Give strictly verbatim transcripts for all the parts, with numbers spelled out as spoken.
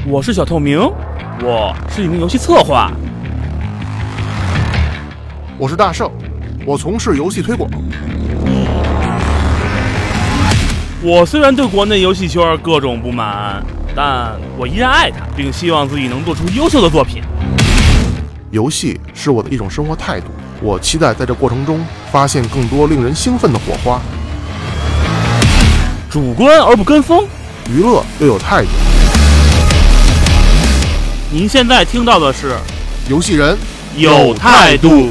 我是小透明，我是一名游戏策划。 我是大圣，我从事游戏推广。 我虽然对国内游戏圈各种不满，但我依然爱它，并希望自己能做出优秀的作品。 游戏是我的一种生活态度，我期待在这过程中发现更多令人兴奋的火花。 主观而不跟风， 娱乐又有态度。 您现在听到的是游戏人有态度。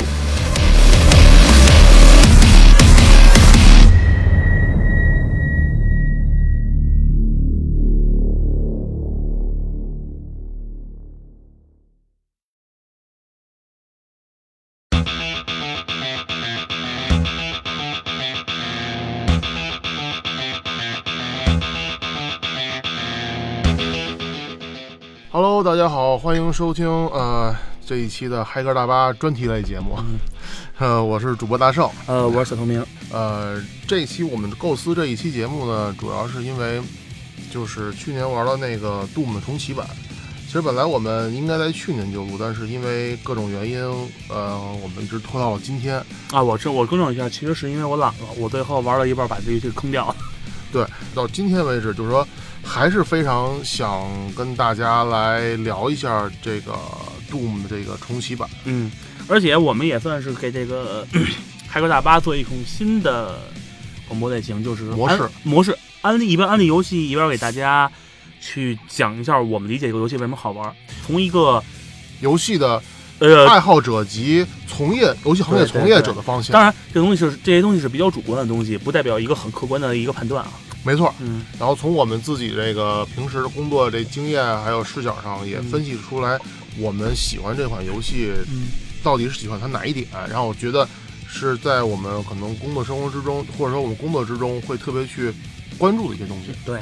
Hello， 大家好，欢迎收听呃这一期的嗨歌大巴专题类节目。嗯、呃，我是主播大圣， 呃，我是小透明。 呃，这一期我们构思这一期节目呢，主要是因为就是去年玩了那个 Doom 的重启版。其实本来我们应该在去年就录，但是因为各种原因，呃，我们一直拖到了今天。 啊，我这我更正一下，其实是因为我懒了，我最后玩了一半把这游戏坑掉了。 对，到今天为止，就是说。还是非常想跟大家来聊一下这个 Doom 的这个重启版。 嗯，而且我们也算是给这个嗨歌大巴做一种新的广播类型，就是模式模式安利，一边安利游戏，一边给大家去讲一下我们理解这个游戏为什么好玩，从一个游戏的呃爱好者及从业游戏行业从业者的方向。 当然，这东西是这些东西是比较主观的东西，不代表一个很客观的一个判断啊。 没错， 嗯， 然后从我们自己这个平时的工作这经验还有视角上，也分析出来我们喜欢这款游戏， 嗯， 到底是喜欢它哪一点？然后我觉得是在我们可能工作生活之中，或者说我们工作之中会特别去关注的一些东西。 对。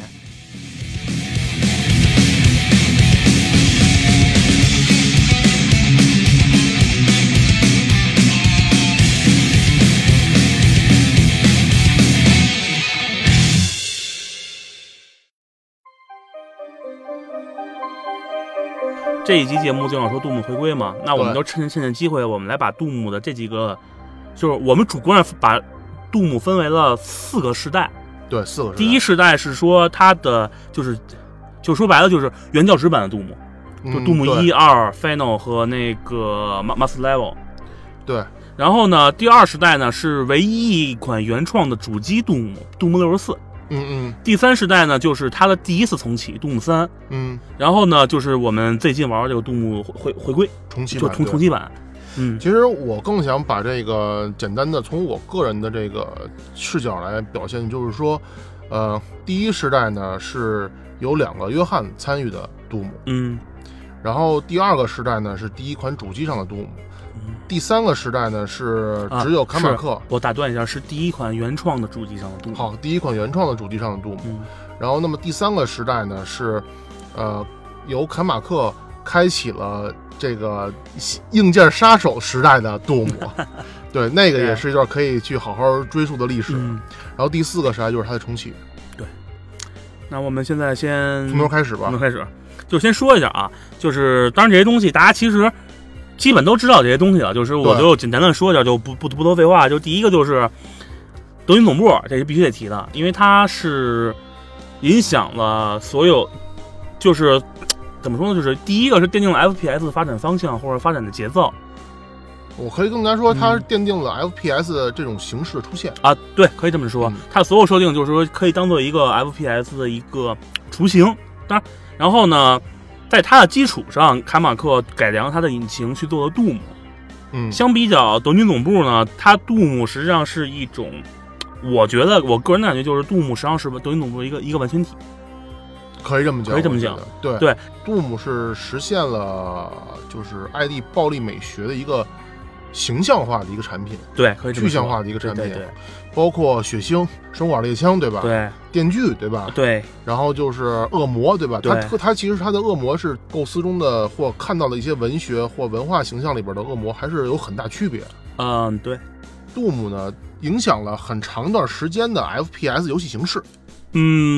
这一集节目就想说杜牧回归嘛，那我们就趁趁着机会，我们来把杜牧的这几个，就是我们主观上把杜牧分为了四个世代。 对，四个世代。 第一世代是说它的就是，就说白了就是原教旨版的杜牧， 嗯、 就杜牧一、二、Final 和那个 Master Level。 对。 然后呢，第二世代呢是唯一一款原创的主机杜牧，杜牧六十四。 嗯嗯， 第三世代呢，就是它的第一次重启，杜牧三。 嗯， 然后呢，就是我们最近玩这个杜牧回回归重启版， 就重重启版。嗯， 其实我更想把这个简单的从我个人的这个视角来表现，就是说，呃，第一时代呢是有两个约翰参与的杜牧， 嗯， 然后第二个时代呢是第一款主机上的杜牧。第三个时代呢是只有卡马克、 啊、我打断一下，是第一款原创的主机上的杜牧。 好，第一款原创的主机上的杜牧、嗯、然后那么第三个时代呢是呃由卡马克开启了这个硬件杀手时代的杜牧对，那个也是一段可以去好好追溯的历史、嗯、然后第四个时代就是它的重启。 对，那我们现在先从头开始吧， 从头开始就先说一下啊，就是当然这些东西大家其实基本都知道这些东西了，就是我就简单的说一下，就不不不多废话。就第一个就是德云总部，这是必须得提的，因为它是影响了所有，就是怎么说呢？就是第一个是奠定了 F P S 的发展方向或者发展的节奏。 我可以更加说，它奠定了 F P S 的这种形式的出现、 嗯、啊，对，可以这么说。嗯、它的所有设定就是说可以当做一个 F P S 的一个雏形。当然，然后呢？在它的基础上，卡马克改良它的引擎去做了杜牧。 嗯， 相比较德军总部呢，它杜牧实际上是一种，我觉得我个人的感觉就是杜牧实际上是德军总部的一个一个完全体。 可以这么讲， 可以这么讲。 对对， 杜牧是实现了就是 I D 暴力美学的一个形象化的一个产品， 对，可以具象化的一个产品， 对对对， 包括血腥、生化猎枪，对吧？ 对， 电锯，对吧？ 对， 然后就是恶魔，对吧？ 对， 它它其实它的恶魔是构思中的或看到的一些文学或文化形象里边的恶魔，还是有很大区别。 嗯，对。 杜牧呢，影响了很长一段时间的 F P S 游戏形式。 嗯，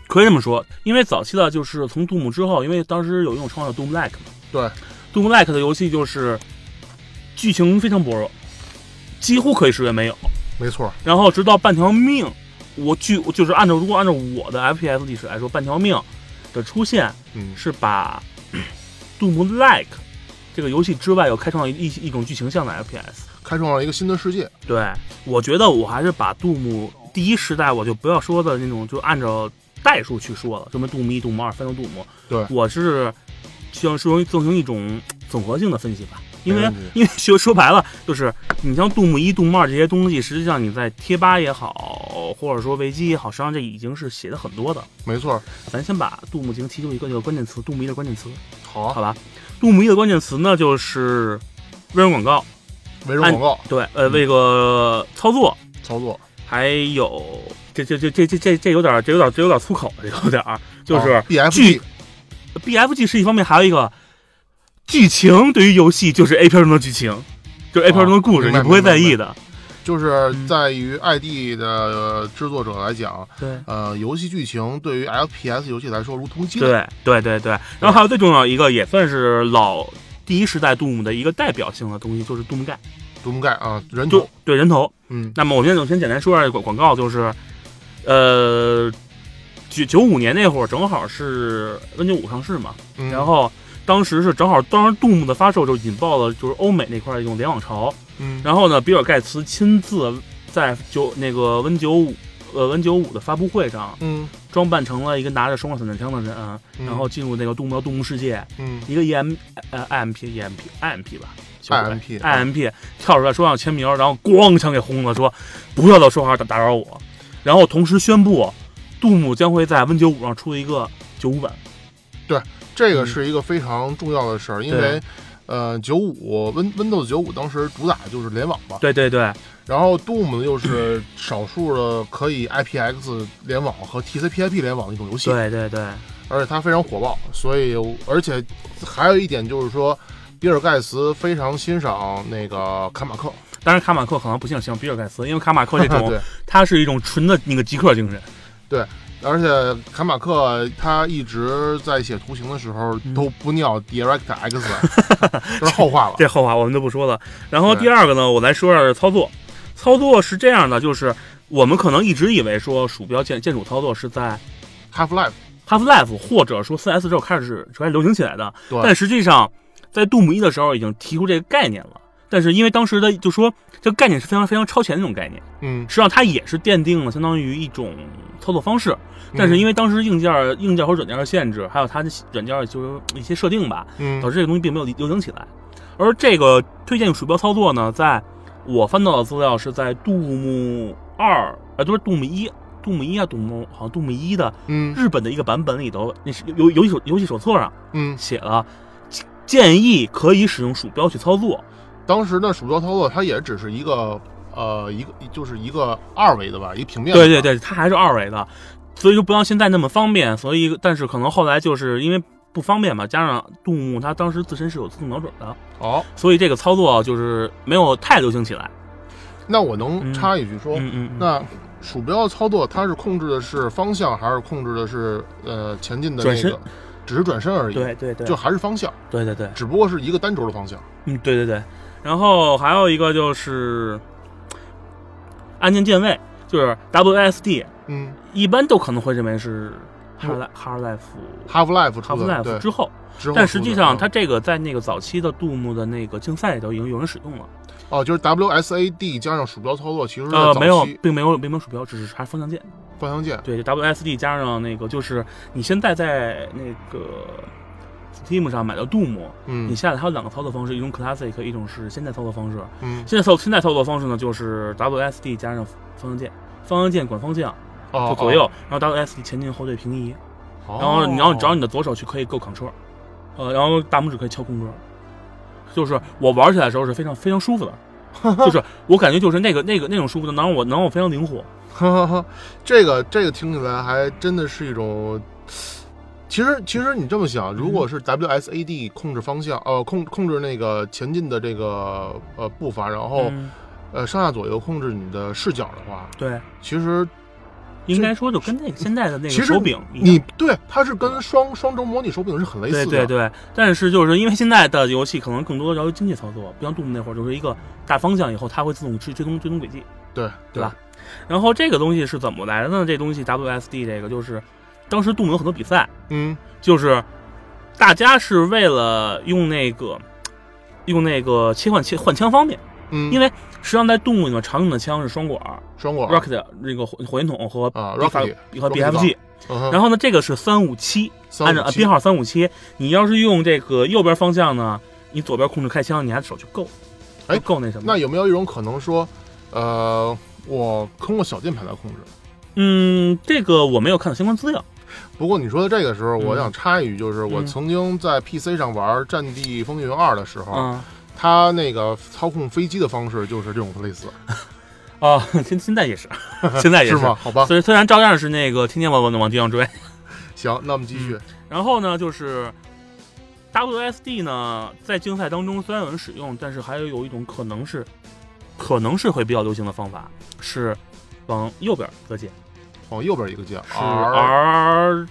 可以这么说，因为早期的就是从杜牧之后，因为当时有一种称号叫 Doom Like 嘛， 对 ，Doom Like 的游戏就是剧情非常薄弱，几乎可以视为没有， 没错。然后直到半条命，我据就是按照如果按照我的 F P S 历史来说，半条命的出现， 嗯， 是把 Doom Like 这个游戏之外又开创了一一种剧情向的 F P S， 开创了一个新的世界。 对，我觉得我还是把杜牧第一时代，我就不要说的那种，就按照代数去说了，什么杜牧一、杜牧二、翻到杜牧。 对， 我是希望说进行一种综合性的分析吧，因为因为说说白了，就是你像杜牧一、杜牧二这些东西，实际上你在贴吧也好，或者说维基也好，实际上这已经是写的很多的。 没错， 咱先把杜牧进行提出一个这个关键词，杜牧一的关键词。 好、啊， 好吧。杜牧一的关键词呢，就是微软广告， 微软广告， 对，呃，这个操作， 操作， 还有这这这这这这这有点这有点这有点粗口了，这有点就是 B F G， B F G 是一方面，还有一个剧情，对于游戏就是 A 片中的剧情，就是 A 片中的故事， 哦、 你不会在意的。 就是在于 I D 的制作者来讲， 对、 嗯，呃，游戏剧情对于 F P S 游戏来说如同鸡蛋。 对对对对，然后还有最重要一个，也算是老第一时代杜牧的一个代表性的东西，就是杜牧盖。 杜牧盖啊，人头， 对人头。 嗯， 那么我先我先简单说一下广广告，就是呃，九九五年那会儿正好是 Win 九五上市嘛， 嗯、 然后当时是正好，当时杜牧的发售就引爆了就是欧美那块一种联网潮。 嗯， 然后呢，比尔盖茨亲自在九那个 Win 九五呃 Win 九五的发布会上， 嗯， 装扮成了一个拿着双管散弹枪的人、 嗯， 然后进入那个杜牧的杜牧世界， 嗯， 一个 E M 呃 I M P E M P I M P 吧 ，I M P I M P 跳出来说让签名，然后咣一枪给轰了，说不要到说话打打扰我，然后同时宣布杜牧将会在 Win 九五上出一个九五版。 对，这个是一个非常重要的事儿、嗯，因为。呃，九五 Win Windows 九五当时主打就是联网嘛， 对对对， 然后 Doom 又是少数的可以 I P X 联网和 T C P I P 联网的一种游戏， 对对对， 而且它非常火爆，所以而且还有一点就是说，比尔盖茨非常欣赏那个卡马克， 当然卡马克可能不欣赏比尔盖茨，因为卡马克这种它是一种纯的那个极客精神， 对。而且卡马克他一直在写图形的时候都不尿 DirectX， 这是后话了。 这后话我们就不说了。然后第二个呢，我来说说操作。操作是这样的，就是我们可能一直以为说鼠标键键鼠操作是在 Half-Life Half-Life 或者说 四 S 之后开始开始流行起来的，但实际上在杜牧一的时候已经提出这个概念了。但是因为当时的就说这个概念是非常非常超前的那种概念， 嗯， 实际上它也是奠定了相当于一种操作方式，但是因为当时硬件、嗯、硬件和软件的限制，还有它的软件就是一些设定吧， 嗯， 导致这个东西并没有流行起来。而这个推荐鼠标操作呢，在我翻到的资料是在杜牧二，呃，不是杜牧一，杜牧一啊，杜牧好像杜牧一的， 嗯， 日本的一个版本里头，那是游游戏手游戏手册上， 嗯， 写了建议可以使用鼠标去操作。 当时的鼠标操作它也只是一个呃一个就是一个二维的吧，一个平面的。 对对对，它还是二维的，所以就不像现在那么方便。所以但是可能后来就是因为不方便嘛，加上杜牧它当时自身是有自动瞄准的， 哦， 所以这个操作就是没有太流行起来。 那我能插一句说， 嗯嗯嗯嗯、 那鼠标操作它是控制的是方向，还是控制的是呃前进的那个？只是转身而已。 对对对， 就还是方向。 对对对， 只不过是一个单轴的方向。 嗯，对对对。然后还有一个就是按键键位，就是 W A S D， 嗯， 一般都可能会认为是 Half Half Life Half Life 之后， 之后但实际上它这个在那个早期的杜牧的那个竞赛里头已经有人使用了。 哦，就是 W S A D 加上鼠标操作，其实呃没有，并没有并没有鼠标，只是还是方向键。 方向键对 ，W S D 加上那个就是你现在在那个 Steam 上买的杜牧， 嗯， 你下载它有两个操作方式，一种 Classic， 一种是现代操作方式。 嗯， 现在操现在操作方式呢，就是 W S D 加上方向键，方向键管方向， 哦， 就左右， 哦、 然后 W S D 前进后退平移， 哦、 然后你要找你的左手去可以够 Ctrl， 呃，然后大拇指可以敲空格，就是我玩起来的时候是非常非常舒服的。就是我感觉就是那个那个那种舒服的，能让我能让我非常灵活。 这个这个听起来还真的是一种，其实其实你这么想，如果是 W S A D 控制方向，呃控控制那个前进的这个呃步伐，然后、嗯、呃上下左右控制你的视角的话， 对， 其实应该说就跟那个现在的那个手柄一样， 你对它是跟双双轴模拟手柄是很类似的。 对对对，但是就是因为现在的游戏可能更多的要求经济操作，不像杜牧那会儿就是一个大方向，以后它会自动追追踪追踪轨迹， 对对吧？然后这个东西是怎么来的呢？这东西 W S D 这个就是当时杜牧有很多比赛， 嗯， 就是大家是为了用那个用那个切换切换枪方便， 嗯， 因为实际上在杜牧里面常用的枪是双管双管 rocket 那个火火箭筒和啊 rocket 和 B F G， 嗯、 然后呢这个是三五七，按照编号三五七，你要是用这个右边方向呢，你左边控制开枪，你还手去够， 哎够那什么？ 那有没有一种可能说，呃，我通过小键盘来控制？ 嗯，这个我没有看到相关资料。 不过你说的这个时候，我想插一句，就是我曾经在 P C 上玩《战地风云二》的时候， 嗯， 它那个操控飞机的方式就是这种类似。 啊，现现在也是，现在也是, 是吗？好吧， 虽虽然照样是那个天天往往往地上追。 行，那我们继续、嗯。 然后呢，就是 W S D 呢，在竞赛当中虽然有人使用，但是还有一种可能是，可能是会比较流行的方法，是往右边一个键， 往右边一个键是 R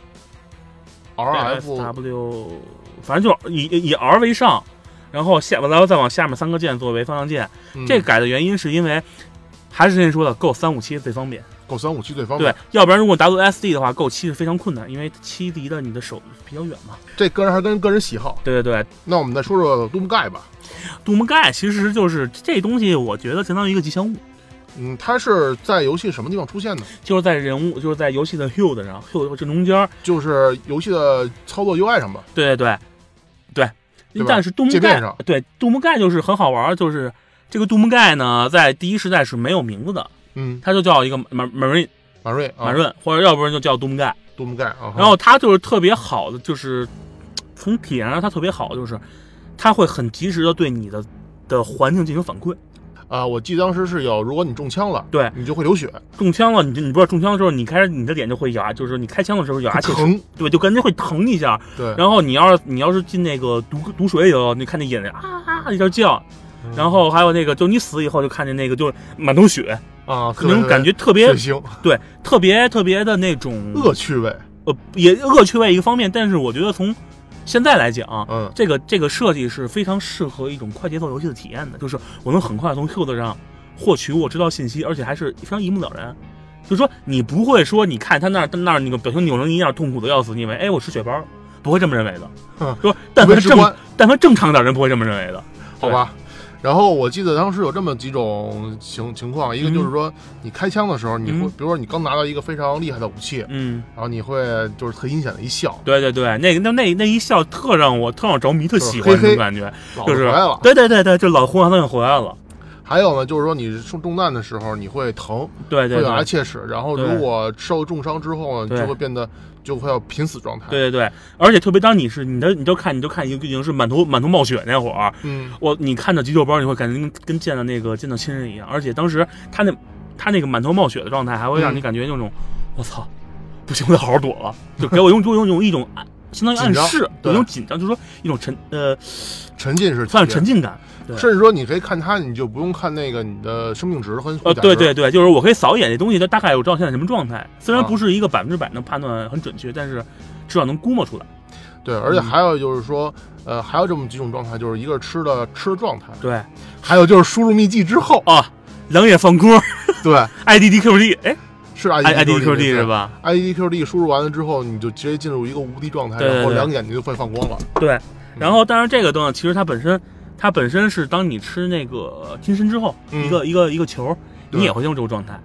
R F W， 反正就是以以 R 为上，然后下然后再往下面三个键作为方向键。 嗯、 这个改的原因是因为，还是之前说的，够三五七最方便。 够三五七最方便。 对，要不然如果 W S D 的话，够七是非常困难，因为七离的你的手比较远嘛。 这个人还跟个人喜好。 对对对。 那我们再说说杜牧盖吧。 杜牧盖其实就是这东西，我觉得相当于一个吉祥物。 嗯，它是在游戏什么地方出现的？ 就是在人物，就是在游戏的 H U D 上 ，H U D 正中间， 就是游戏的操作 U I 上吧。 对对对对。但是杜牧盖，对杜牧盖就是很好玩，就是这个杜牧盖呢，在第一时代是没有名字的。 嗯， 它就叫一个马马瑞马瑞马润，或者要不然就叫杜牧盖杜牧盖。啊、 然后它就是特别好的，就是从体验上它特别好，就是它会很及时的对你的的环境进行反馈。 啊、呃，我记得当时是有，如果你中枪了， 对你就会流血。 中枪了，你你不知道中枪的时候，你开始你的脸就会咬，就是你开枪的时候咬牙切齿， 疼， 对，就感觉会疼一下。 对， 然后你要是你要是进那个毒毒水里头，你看那眼睛啊啊一下叫。然后还有那个，就你死以后就看见那个，就是满头血啊， 那种感觉特别血腥， 对，特别特别的那种恶趣味。 呃，也恶趣味一个方面，但是我觉得从现在来讲， 嗯， 这个这个设计是非常适合一种快节奏游戏的体验的，就是我能很快从 Q 的上获取我知道信息，而且还是非常一目了然。就是说你不会说你看他那儿那儿那个表情扭成一样痛苦的要死，你以为哎我吃血包，不会这么认为的。 嗯， 说但凡正但凡正常点人不会这么认为的， 好吧？然后我记得当时有这么几种情情况，一个就是说你开枪的时候，你会、嗯、比如说你刚拿到一个非常厉害的武器， 嗯， 然后你会就是特阴险的一笑， 对对对，那个那那那一笑特让我特让我着迷，特喜欢那种感觉，就是回来了， 对对对对，就老红黄灯回来了。 还有呢，就是说你中中弹的时候你会疼， 对对， 会咬牙切齿，然后如果受重伤之后呢，就会变得就会要濒死状态。 对对对，而且特别当你是你的，你就看你就看已经已经是满头满头冒血那会儿， 嗯， 我你看到急救包，你会感觉跟跟见到那个见到亲人一样，而且当时他那他那个满头冒血的状态，还会让你感觉那种、嗯、我操，不行，我得好好躲了，就给我用用用一种相当于暗示，有一种紧张，就是说一种沉呃沉浸式， 算沉浸感。 甚至说你可以看它，你就不用看那个你的生命值和呃，对对对，就是我可以扫一眼这东西，它大概我知道现在什么状态。虽然不是一个百分之百能判断很准确，但是至少能估摸出来。 对，而且还有就是说，嗯、呃，还有这么几种状态，就是一个是吃的吃的状态， 对， 还有就是输入秘籍之后啊，两眼放空， 对 ，I D D Q D， 哎， 是 I D D Q D 是吧 ？I D D Q D 输入完了之后，你就直接进入一个无敌状态， 对对对， 然后两眼睛就会放光了。 对，然后当然这个东西其实它本身。它本身是当你吃那个金参之后， 嗯、 一个一个一个球，你也会进入这个状态。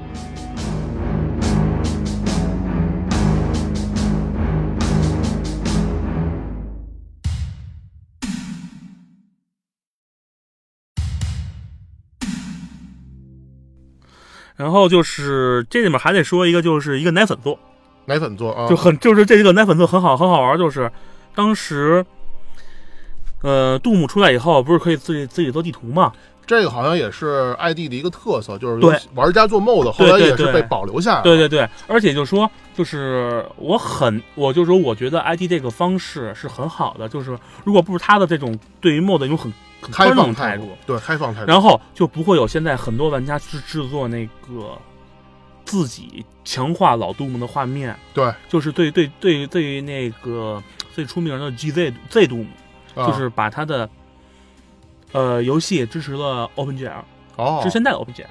然后就是这里面还得说一个，就是一个奶粉座， 奶粉座啊， 就很就是这个奶粉座很好很好玩，就是当时。呃，杜牧出来以后，不是可以自己自己做地图吗？ 这个好像也是 I D 的一个特色，就是玩家做 mod， 后来也是被保留下来。 对对对，而且就说，就是我很，我就说，我觉得 I D 这个方式是很好的，就是如果不是他的这种对于 mod 一种很很开放态度， 对开放态度， 然后就不会有现在很多玩家去制作那个自己强化老杜牧的画面。 对， 就是对对对对于那个最出名的 G Z Z 杜牧， 啊、 就是把他的呃游戏支持了 OpenGL， 哦， 是现在的 OpenGL。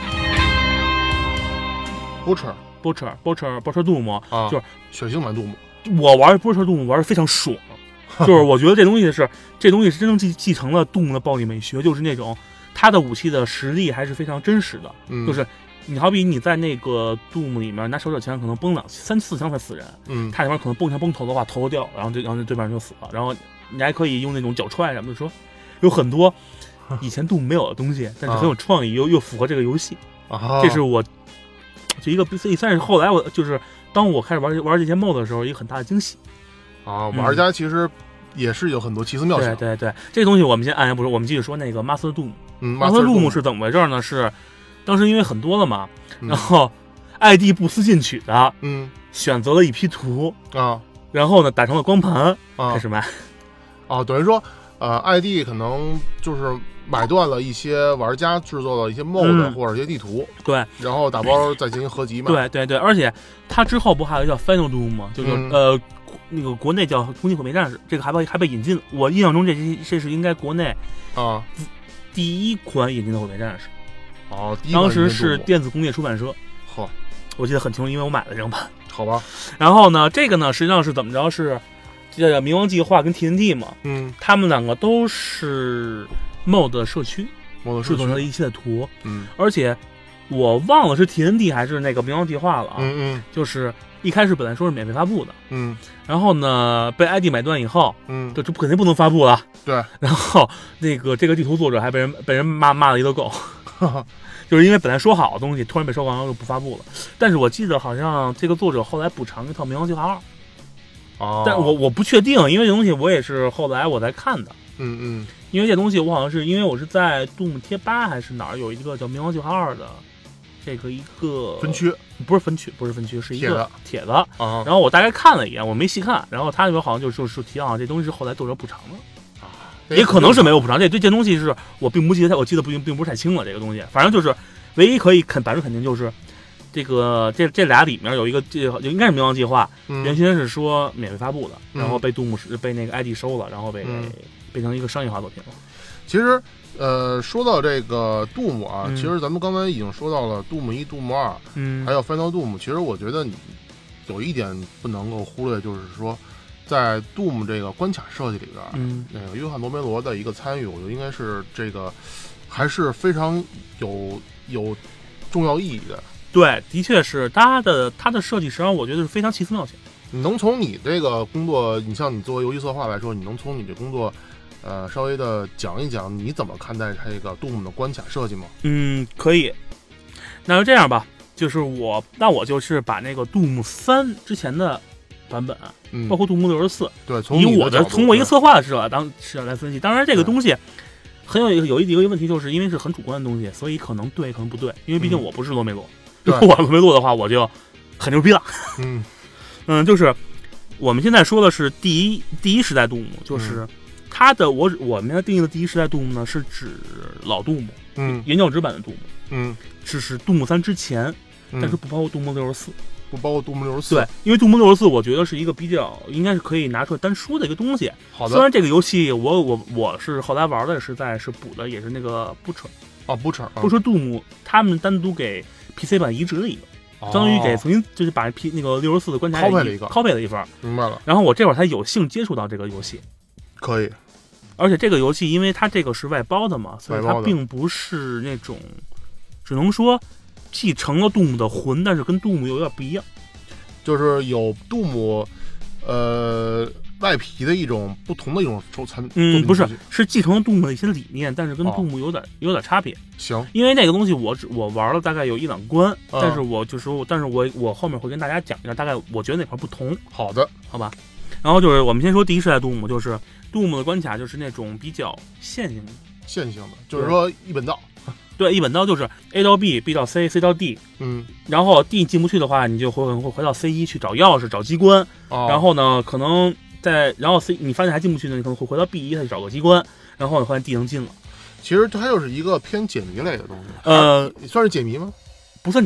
Butcher Butcher Butcher Butcher 杜牧啊， 就是血腥版杜牧。 我玩 Butcher 杜牧玩的非常爽，就是我觉得这东西是这东西是真正继继承了杜牧的暴力美学，就是那种他的武器的实力还是非常真实的， 嗯、 就是你好比你在那个杜牧里面拿手指枪可能崩两三四枪才死人， 嗯， 他里面可能崩枪崩头的话头掉，然后就然后对面人就死了，然后你还可以用那种脚踹什么的，说有很多以前杜牧没有的东西，但是很有创意，又又符合这个游戏， 啊， 这是我就一个这算是后来我就是当我开始玩玩这些 mod 的时候，一个很大的惊喜啊，玩家其实也是有很多奇思妙想， 嗯、对对对，这个东西我们先按下不说，我们继续说那个 Master Doom， 嗯 ，Master Doom 是怎么回事呢？是当时因为很多了嘛， 嗯、 然后艾蒂不思进取的， 嗯， 选择了一批图啊， 然后呢打成了光盘， 啊、 开始卖， 啊，等于说呃，艾蒂可能就是买断了一些玩家制作的一些 mod、嗯、或者一些地图， 对， 然后打包再进行合集嘛。 对对对，而且它之后不还有叫 Final Doom 吗？就是、 嗯、 呃，那个国内叫《空气毁灭战士》，这个还被还被引进了。我印象中这这是应该国内啊第一款引进的毁灭战士。 哦， 当时是电子工业出版社。 呵， 我记得很清楚，因为我买了这张盘。 好吧。 然后呢，这个呢实际上是怎么着？是这个冥王计划跟 T N T 嘛， 嗯， 他们两个都是 mod 社区 mod 制作成了一系列图， 嗯， 而且我忘了是 T N T 还是那个冥王计划了啊， 嗯嗯， 就是一开始本来说是免费发布的， 嗯， 然后呢被 I D 买断以后， 嗯， 这这肯定不能发布了， 对， 然后那个这个地图作者还被人被人骂骂了一个够。就是因为本来说好的东西突然被收完了就不发布了，但是我记得好像这个作者后来补偿一套《冥王计划二》， 哦， 但我我不确定，因为这东西我也是后来我才看的， 嗯嗯， 因为这东西我好像是因为我是在杜牧贴吧还是哪儿有一个叫《冥王计划二》的这个一个分区， 不是分区，不是分区，是一个帖子， 啊， 然后我大概看了一眼，我没细看，然后他那边好像就就就提到这东西是后来作者补偿的。也可能是没有补偿，这对这东西是我并不记得，我记得不并不是太清了。这个东西，反正就是唯一可以肯百分肯定就是这个这这俩里面有一个这应该是冥王计划， 嗯、 原先是说免费发布的， 嗯、 然后被杜牧被那个 I D 收了，然后被、嗯、变成一个商业化作品了。 其实，呃，说到这个杜牧啊、 嗯， 其实咱们刚才已经说到了杜牧一、杜牧二， 嗯， 还有 Final Doom。其实我觉得你有一点不能够忽略，就是说。在 Doom 这个关卡设计里边， 嗯， 那个约翰罗梅罗的一个参与，我觉得应该是这个还是非常有有重要意义的。 对，的确是他的他的设计，实际上我觉得是非常奇思妙想。 你能从你这个工作，你像你作为游戏策划来说，你能从你这工作，呃，稍微的讲一讲你怎么看待这个 Doom 的关卡设计吗？ 嗯，可以。那就这样吧，就是我，那我就是把那个 Doom 三之前的版本。 嗯， 包括杜牧六十四， 对， 以我的从我一个策划的视角当视角来分析，当然这个东西很有一个有一个问题，就是因为是很主观的东西，所以可能对，可能不对，因为毕竟我不是罗梅罗，如果我罗梅罗的话，我就很牛逼了。 嗯嗯，就是我们现在说的是第一第一时代杜牧，就是它的我我们定义的第一时代杜牧呢，是指老杜牧， 嗯， 原教旨版的杜牧， 嗯， 只是杜牧三之前， 嗯、 但是不包括杜牧六十四。 不包括杜牧六十四， 对，因为杜牧六十四，我觉得是一个比较应该是可以拿出来单说的一个东西。 好的， 虽然这个游戏我我我是后来玩的是在是补的，也是那个 Butcher 啊 Butcher Butcher 杜牧，他们单独给 P C 版移植了一个， 哦、 相当于给重新就是把 P 那个六十四的关卡 copy 了一个 copy 了一份， 明白了。 然后我这会儿才有幸接触到这个游戏， 可以。 而且这个游戏因为它这个是外包的嘛，所以它并不是那种，只能说继承了杜牧的魂，但是跟杜牧又有点不一样。 就是有杜牧，呃，外皮的一种不同的一种收藏。 嗯，不是，是继承了杜牧的一些理念，但是跟杜牧有点、哦、有点差别。 行， 因为那个东西我只我玩了大概有一两关， 嗯、 但是我就是，但是我我后面会跟大家讲一下，大概我觉得哪块不同。 好的， 好吧。然后就是我们先说第一世代杜牧，就是杜牧的关卡就是那种比较线性的， 线性的，就是说一本道。 对，一本刀就是 A 到 B，B 到 C，C 到 D， 嗯， 然后 D 进不去的话，你就会会回到 C 一去找钥匙、找机关， 哦、 然后呢，可能在然后 C 你发现还进不去呢，你可能会回到 B 一再去找个机关，然后你发现 D 能进了。 其实它又是一个偏解谜类的东西， 呃， 算是解谜吗？ 不算解谜，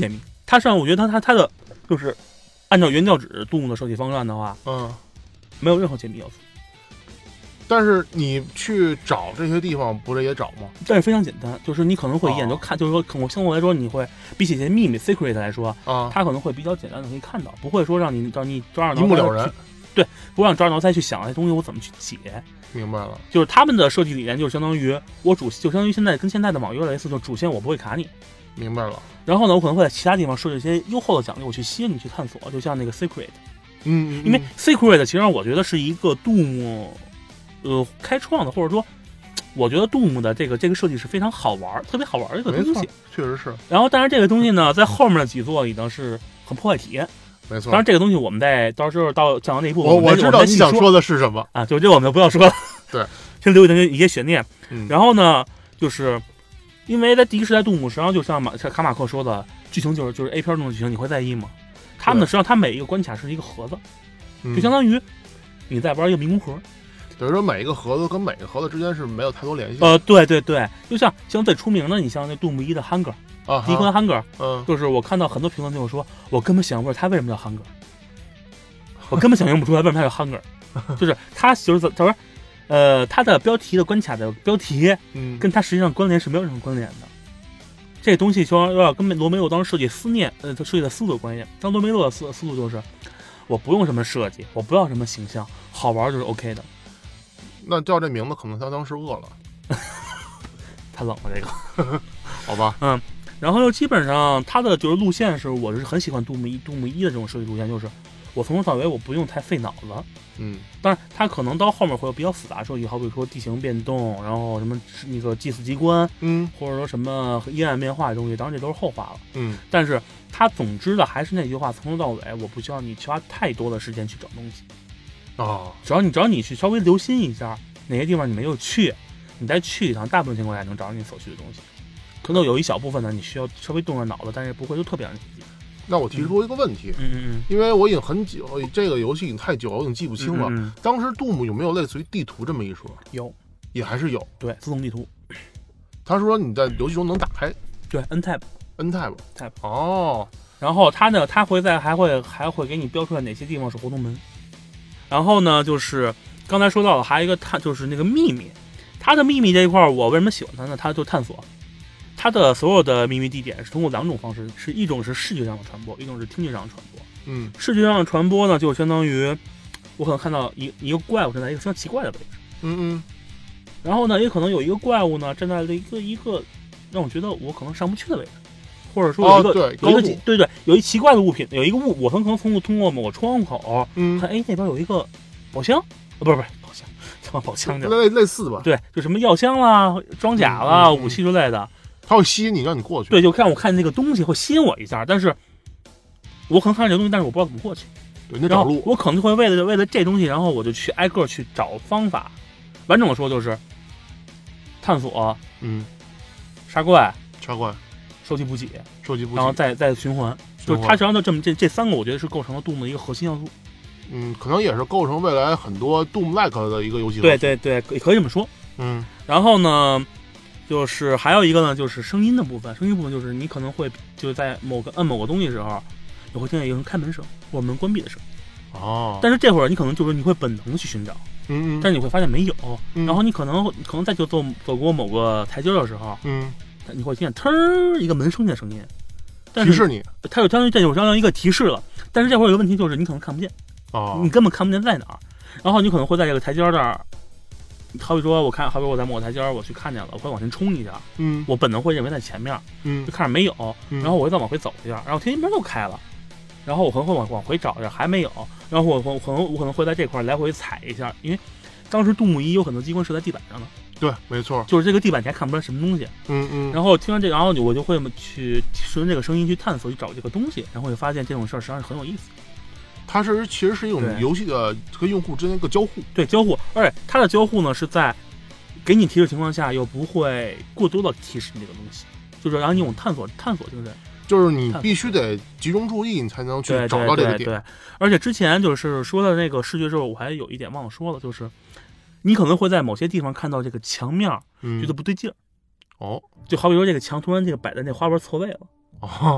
它上我觉得它它它的就是按照原教旨杜牧的设计方案的话， 嗯， 没有任何解密要素。 但是你去找这些地方，不是也找吗？ 但是非常简单，就是你可能会一眼就看， 哦、 就是说，我相对来说，你会比起一些秘密 secret 来说， 啊， 它可能会比较简单的可以看到，不会说让你让你抓耳挠一目了然。 对，不让抓耳挠腮去想这东西我怎么去解。 明白了， 就是他们的设计理念，就是相当于我主，就相当于现在跟现在的网页类似，就主线我不会卡你。 明白了。 然后呢，我可能会在其他地方设置一些优厚的奖励，我去吸引你去探索，就像那个 secret。 嗯， 因为 secret 其实我觉得是一个杜牧。呃，开创的，或者说，我觉得杜牧的这个这个设计是非常好玩，特别好玩的一个东西， 确实是。 然后，当然这个东西呢，在后面的几座里呢是很破坏体验， 没错。 当然这个东西我们在到时候到讲到那一步， 我我知道你想说的是什么啊，就这我们就不要说了， 对， 先留一些悬念。 嗯、 然后呢，就是因为在第一时代杜牧，实际上就像马卡马克说的，剧情就是就是 A 片中的剧情，你会在意吗？他们呢，实际上他每一个关卡是一个盒子， 嗯、 就相当于你在玩一个迷宫盒。 等于说每一个盒子跟每个盒子之间是没有太多联系。 呃，对对对，就像像最出名的，你像那杜牧一的 Hunger 啊， 迪坤 Hunger， 嗯， 就是我看到很多评论就说，我根本想不出来他为什么叫 Hunger， 我根本想象不出来为什么他叫 Hunger， 就是他就是怎么说，呃，他的标题的关卡的标题， 嗯， 跟他实际上关联是没有任何关联的。这个东西就要跟罗梅洛当时设计思念，呃，他设计的思路有关系。当罗梅洛的思思路就是，我不用什么设计，我不要什么形象，好玩就是 OK 的。 那叫这名字，可能他当时饿了， 太冷了这个， 好吧， 嗯，然后又基本上他的就是路线是，我是很喜欢杜牧一杜牧一的这种设计路线，就是我从头到尾我不用太费脑子， 嗯， 当然他可能到后面会有比较复杂设计，好比说地形变动，然后什么那个祭祀机关， 嗯， 或者说什么阴暗变化的东西，当然这都是后话了， 嗯， 但是他总之的还是那句话，从头到尾我不需要你花太多的时间去找东西。 哦， 只要你只要你去稍微留心一下哪些地方你没有去，你再去一趟，大部分情况下能找到你所需的东西。可能有一小部分呢，你需要稍微动动脑子，但是不会就特别让你记。 那我提出一个问题， 嗯嗯嗯， 因为我已经很久，这个游戏已经太久了，我已经记不清了。 嗯嗯嗯当时杜牧有没有类似于地图这么一说？ 有， 也还是有。 对，自动地图。 他说你在游戏中能打开。 对 ，N tab。 N tab。 tab。 哦。 然后他呢，他会在还会还会给你标出来哪些地方是活动门。然后呢，就是刚才说到了，还有一个探，就是那个秘密。它的秘密这一块，我为什么喜欢它呢？它就探索，它的所有的秘密地点是通过两种方式，是一种是视觉上的传播，一种是听觉上的传播。 嗯， 视觉上的传播呢，就相当于我可能看到一一个怪物站在一个非常奇怪的位置， 嗯嗯， 然后呢，也可能有一个怪物呢站在了一个一个让我觉得我可能上不去的位置。或者说有一个、 哦、对有一个对对有一奇怪的物品，有一个物，我可能通过通过某个窗户口， 嗯， 看哎那边有一个宝箱，啊不是不是宝箱，什么宝箱这类类似吧？ 对，就什么药箱啦、装甲啦、 嗯嗯、 武器之类的， 它会吸引你，让你过去。 对，就看我看那个东西会吸引我一下，但是我可能看到这个东西，但是我不知道怎么过去。 对，你找路， 我可能会为了为了这东西，然后我就去挨个去找方法。完整的说就是探索， 嗯， 杀怪， 杀怪。 收集补给， 收集补给， 然后再再循环，就是它实际上就这么这这三个，我觉得是构成了杜牧的一个核心要素。 嗯，可能也是构成未来很多杜牧 like 的一个游戏。 对对对，可以这么说。 嗯， 然后呢，就是还有一个呢，就是声音的部分。声音部分就是你可能会就是在某个按某个东西的时候，你会听见一个人开门声或者门关闭的声。 哦。 但是这会儿你可能就是你会本能去寻找， 嗯嗯， 但是你会发现没有。 嗯、 然后你可能可能在就走走过某个台阶的时候， 嗯。 你会听见腾儿一个门声的声音，但是提示你， 它就相当于这就相当于一个提示了。但是这会儿有个问题就是你可能看不见， 哦， 你根本看不见在哪儿。然后你可能会在这个台阶这儿，好比说我看，好比我在某个台阶我去看见了，我会往前冲一下， 嗯， 我本能会认为在前面， 嗯， 就看着没有， 嗯、 然后我会再往回走一下，然后天门又开了，然后我可能会往往回找一下，还没有，然后我我可能我可能会在这块来回踩一下，因为当时杜牧一有很多机关是在地板上的。 对，没错， 就是这个地板你还看不出来什么东西， 嗯嗯。 然后听完这个，然后我就会去顺着这个声音去探索，去找这个东西，然后会发现这种事儿实际上是很有意思。 它是其实是一种游戏的和用户之间一个交互， 对交互，而且它的交互呢是在给你提示情况下，又不会过多的提示你这个东西，就是让你用探索探索精神， 就是你必须得集中注意，你才能去找到这个点。 对对对对，而且之前就是说的那个视觉时候，我还有一点忘了说了，就是。你可能会在某些地方看到这个墙面，觉得不对劲儿、 嗯，哦， 就好比说这个墙突然这个摆在那花纹错位了， 哦，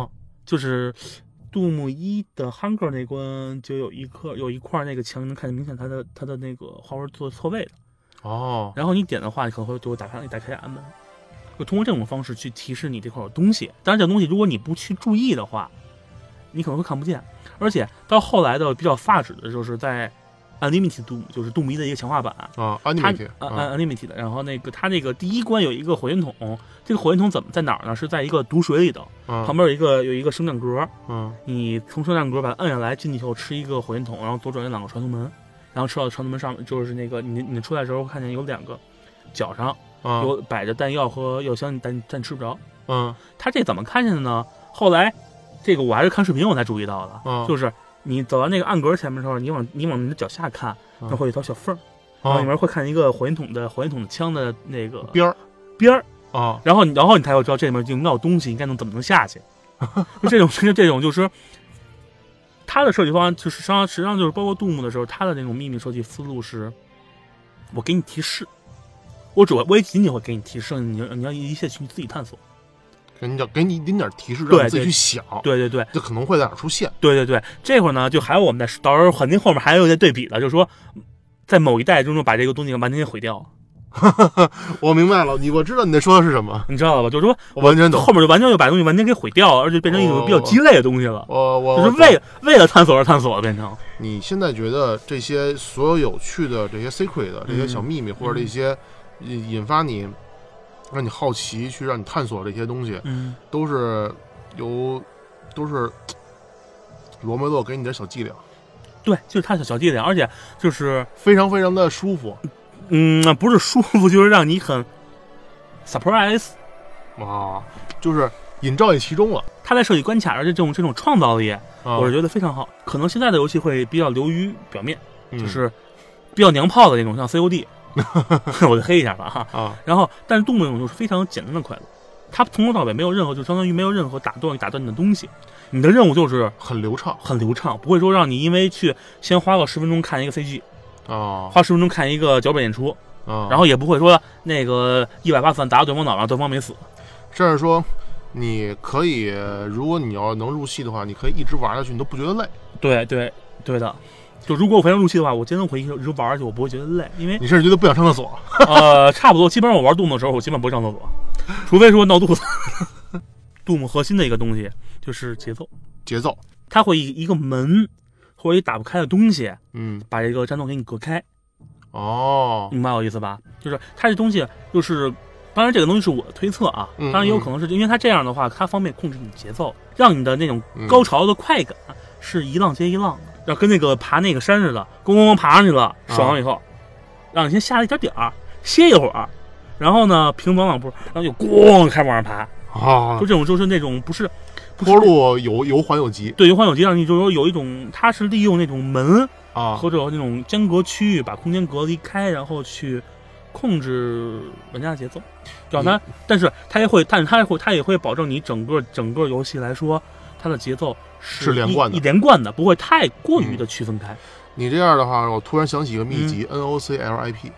就是杜牧一的 Hunger 那关就有一块有一块那个墙能看见明显它的它的那个花纹做错位的哦， 然后你点的话，你可能会就会打开打开暗门，就通过这种方式去提示你这块有东西。当然，这东西如果你不去注意的话，你可能会看不见。而且到后来的比较发指的就是在 Unlimited Doom， 就是杜牧一的一个强化版啊 ，Unlimited， 啊 Unlimited。然后那个它那个第一关有一个火箭筒，这个火箭筒怎么在哪儿呢？是在一个毒水里头， 嗯、 旁边有一个有一个升降格， 嗯， 你从升降格把它摁下来，进去以后吃一个火箭筒，然后左转有两个传送门。然后吃到传送门上面，就是那个你你出来的时候看见有两个脚上、嗯、有摆着弹药和药箱，但但吃不着。 嗯， 他这怎么看见的呢？后来这个我还是看视频我才注意到的， 嗯、 就是你走到那个暗格前面的时候，你往你往你的脚下看，那、嗯、会有一条小缝， 嗯、 然后里面会看一个火箭筒的火箭筒的枪的那个边儿边儿啊， 然后然后你才会知道这里面应该有东西，应该能怎么能下去。就这种这种就是。它的设计方案就是实际上实际上就是包括杜牧的时候，它的那种秘密设计思路是，我给你提示，我只会我也仅仅会给你提示，你你要一切去自己探索， 给你给你一点点提示，让你自己去想， 对对对， 这可能会在哪出现， 对对对，这会儿呢就还有我们在到时候肯定后面还有一些对比的，就是说在某一代中把这个东西完全给毁掉了。 我明白了，你我知道你在说的是什么， 你知道了吧？就是说， 我完全懂， 后面就完全就把东西完全给毁掉了，而且变成一种比较鸡肋的东西了。 我我就是为为了探索而探索了，变成。 你现在觉得这些所有有趣的这些 secret 的这些小秘密， 嗯、 或者这些引发你让你好奇去让你探索这些东西， 嗯， 都是由都是罗梅洛给你的小伎俩。 对，就是他的小伎俩，而且就是非常非常的舒服。 嗯，不是舒服，就是让你很 surprise 啊，就是引照你其中了。 他在设计关卡，而且这种这种创造力，啊、我是觉得非常好。可能现在的游戏会比较流于表面， 嗯、 就是比较娘炮的那种，像 C O D， 我就黑一下吧哈。 啊， 然后，但是动那种就是非常简单的快乐，它从头到尾没有任何，就相当于没有任何打断打断你的东西。你的任务就是很流畅， 很流畅，不会说让你因为去先花个十分钟看一个 C G。 啊， 花十分钟看一个脚本演出， 啊， 然后也不会说那个一百八十万打到对方脑上，对方没死。 甚至说，你可以，如果你要能入戏的话，你可以一直玩下去，你都不觉得累。 对对对的，就如果我非常入戏的话，我真的会一直玩下去，我不会觉得累，因为你甚至觉得不想上厕所。 呃，差不多，基本上我玩杜牧的时候，我基本不会上厕所，除非说闹肚子。杜牧核心的一个东西就是节奏， 节奏， 它会一一个门。或者一打不开的东西， 嗯， 把这个战斗给你隔开。 哦， 明白我意思吧？就是它这东西，就是当然这个东西是我的推测啊， 嗯、 当然也有可能是因为它这样的话，它方便控制你节奏，让你的那种高潮的快感是一浪接一浪的，要跟那个爬那个山似的，咣咣咣爬上去了，爽了以后，啊、让你先下了一点点儿，歇一会儿，然后呢平走两步，然后就咣开始往上爬啊， 就这种就是那种不是。 坡路有有缓有急， 对，有缓有急，让你就说有一种，它是利用那种门啊或者那种间隔区域，把空间隔离开，然后去控制玩家的节奏，让它，但是它也会，但是它也会，它也会保证你整个整个游戏来说，它的节奏是连贯的， 一连贯的，不会太过于的区分开。 嗯、你这样的话，我突然想起一个秘籍、嗯、N O C L I P，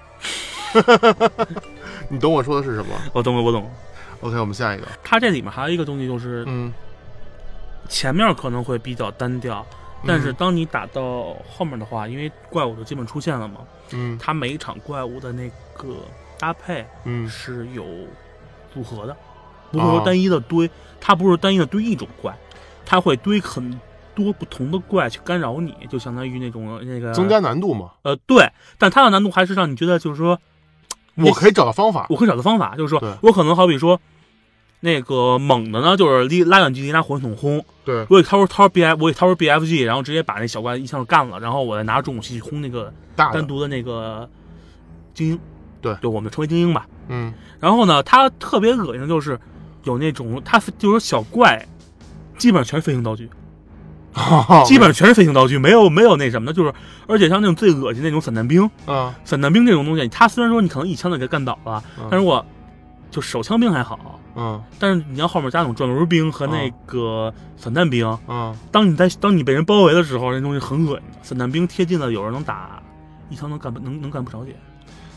你懂我说的是什么？ 我懂了，我懂。 OK， 我们下一个。 它这里面还有一个东西就是， 嗯， 前面可能会比较单调，但是当你打到后面的话，因为怪物就基本出现了嘛， 嗯， 它每一场怪物的那个搭配， 嗯， 是有组合的，不会说单一的堆，哦、它不是单一的堆一种怪，它会堆很多不同的怪去干扰你，就相当于那种那个增加难度嘛。 呃，对，但它的难度还是让你觉得就是说。 我可以找到方法， 我可以找到方法，就是说我可能好比说，那个猛的呢，就是离拉远距离拿火箭筒轰， 对， 我给掏出掏出 B F， 我给掏出 B F G， 然后直接把那小怪一枪干了，然后我再拿重武器去轰那个单独的那个精英， 对， 就我们称为精英吧， 嗯， 然后呢，它特别恶心的就是有那种，它就是小怪，基本上全是飞行道具。基本上全是飞行道具，没有没有那什么的，就是而且像那种最恶心那种散弹兵， 啊， 散弹兵这种东西，它虽然说你可能一枪就给干倒了， 嗯、 但是我就手枪兵还好， 嗯， 但是你要后面加那种转轮兵和那个散弹兵， 嗯， 当你在当你被人包围的时候，那东西很恶心。散弹兵贴近了，有人能打一枪能干能能干不少点。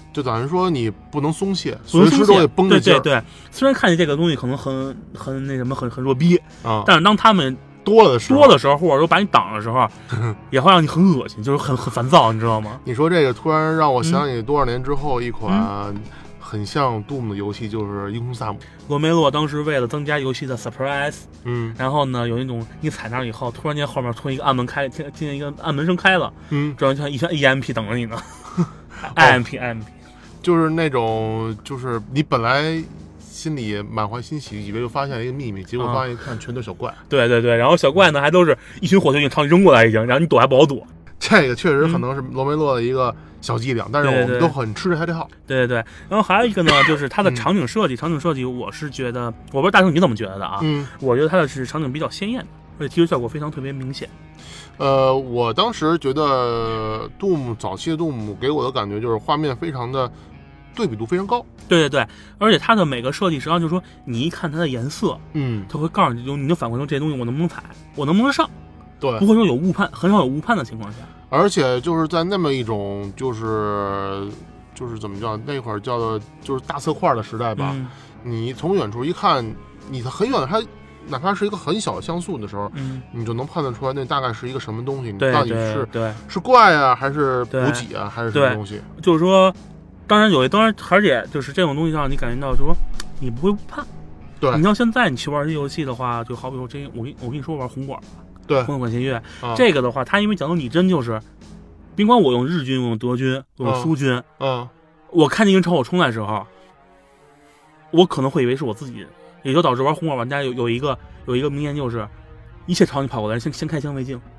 就等于说你不能松懈， 不能松懈， 随时都得绷着劲儿。 对对对，虽然看见这个东西可能很很那什么，很很弱逼啊， 但是当他们多了的时候， 多的时候，或者说把你挡的时候，也会让你很恶心，就是很很烦躁，你知道吗？ 你说这个突然让我想起多少年之后一款、 嗯、 很像 Doom 的游戏，就是《英雄萨姆》。 罗梅洛当时为了增加游戏的 surprise， 嗯， 然后呢，有那种你踩那以后，突然间后面突然一个暗门开，听听见一个暗门声开了， 嗯， 这样像一圈 E M P 等着你呢。I M P I M P， 就是那种，就是你本来心里满怀欣喜，以为就发现了一个秘密，结果发现一看全都小怪、 啊。对对对，然后小怪呢还都是一群火球已经朝你扔过来已经，然后你躲还不好躲。 这个确实可能是罗梅洛的一个小伎俩、嗯，但是我们都很吃这他这套。 对对对，然后还有一个呢，就是它的场景设计，嗯、场景设计我是觉得，我不知道大圣你怎么觉得的啊？ 嗯， 我觉得它的是场景比较鲜艳的，而且提示效果非常特别明显。 呃，我当时觉得 Doom 早期的 Doom 给我的感觉就是画面非常的对比度非常高。 对对对，而且它的每个设计实际上就是说，你一看它的颜色， 嗯， 它会告诉你，就你就反馈说这些东西我能不能踩，我能不能上。 对， 不会说有误判，很少有误判的情况下。 而且就是在那么一种就是就是怎么叫那会儿叫做就是大色块的时代吧， 嗯、 你从远处一看，你很远的它。哪怕是一个很小的像素的时候， 嗯， 你就能判断出来那大概是一个什么东西，你到底是对是怪啊，还是补给啊，还是什么东西？ 就是说，当然有，当然而且就是这种东西让你感觉到，就是说你不会误判。 对， 你像现在你去玩这游戏的话，就好比说这我跟我跟你说玩红馆， 对， 红馆弦乐、 啊， 这个的话，它因为讲究拟真，就是别管我用日军，我用德军，我用苏军， 嗯，嗯我看见一个人朝我冲来的时候，我可能会以为是我自己人。也就导致玩红馆玩家有有一个有一个名言，就是一切朝你跑过来，先先开枪为敬。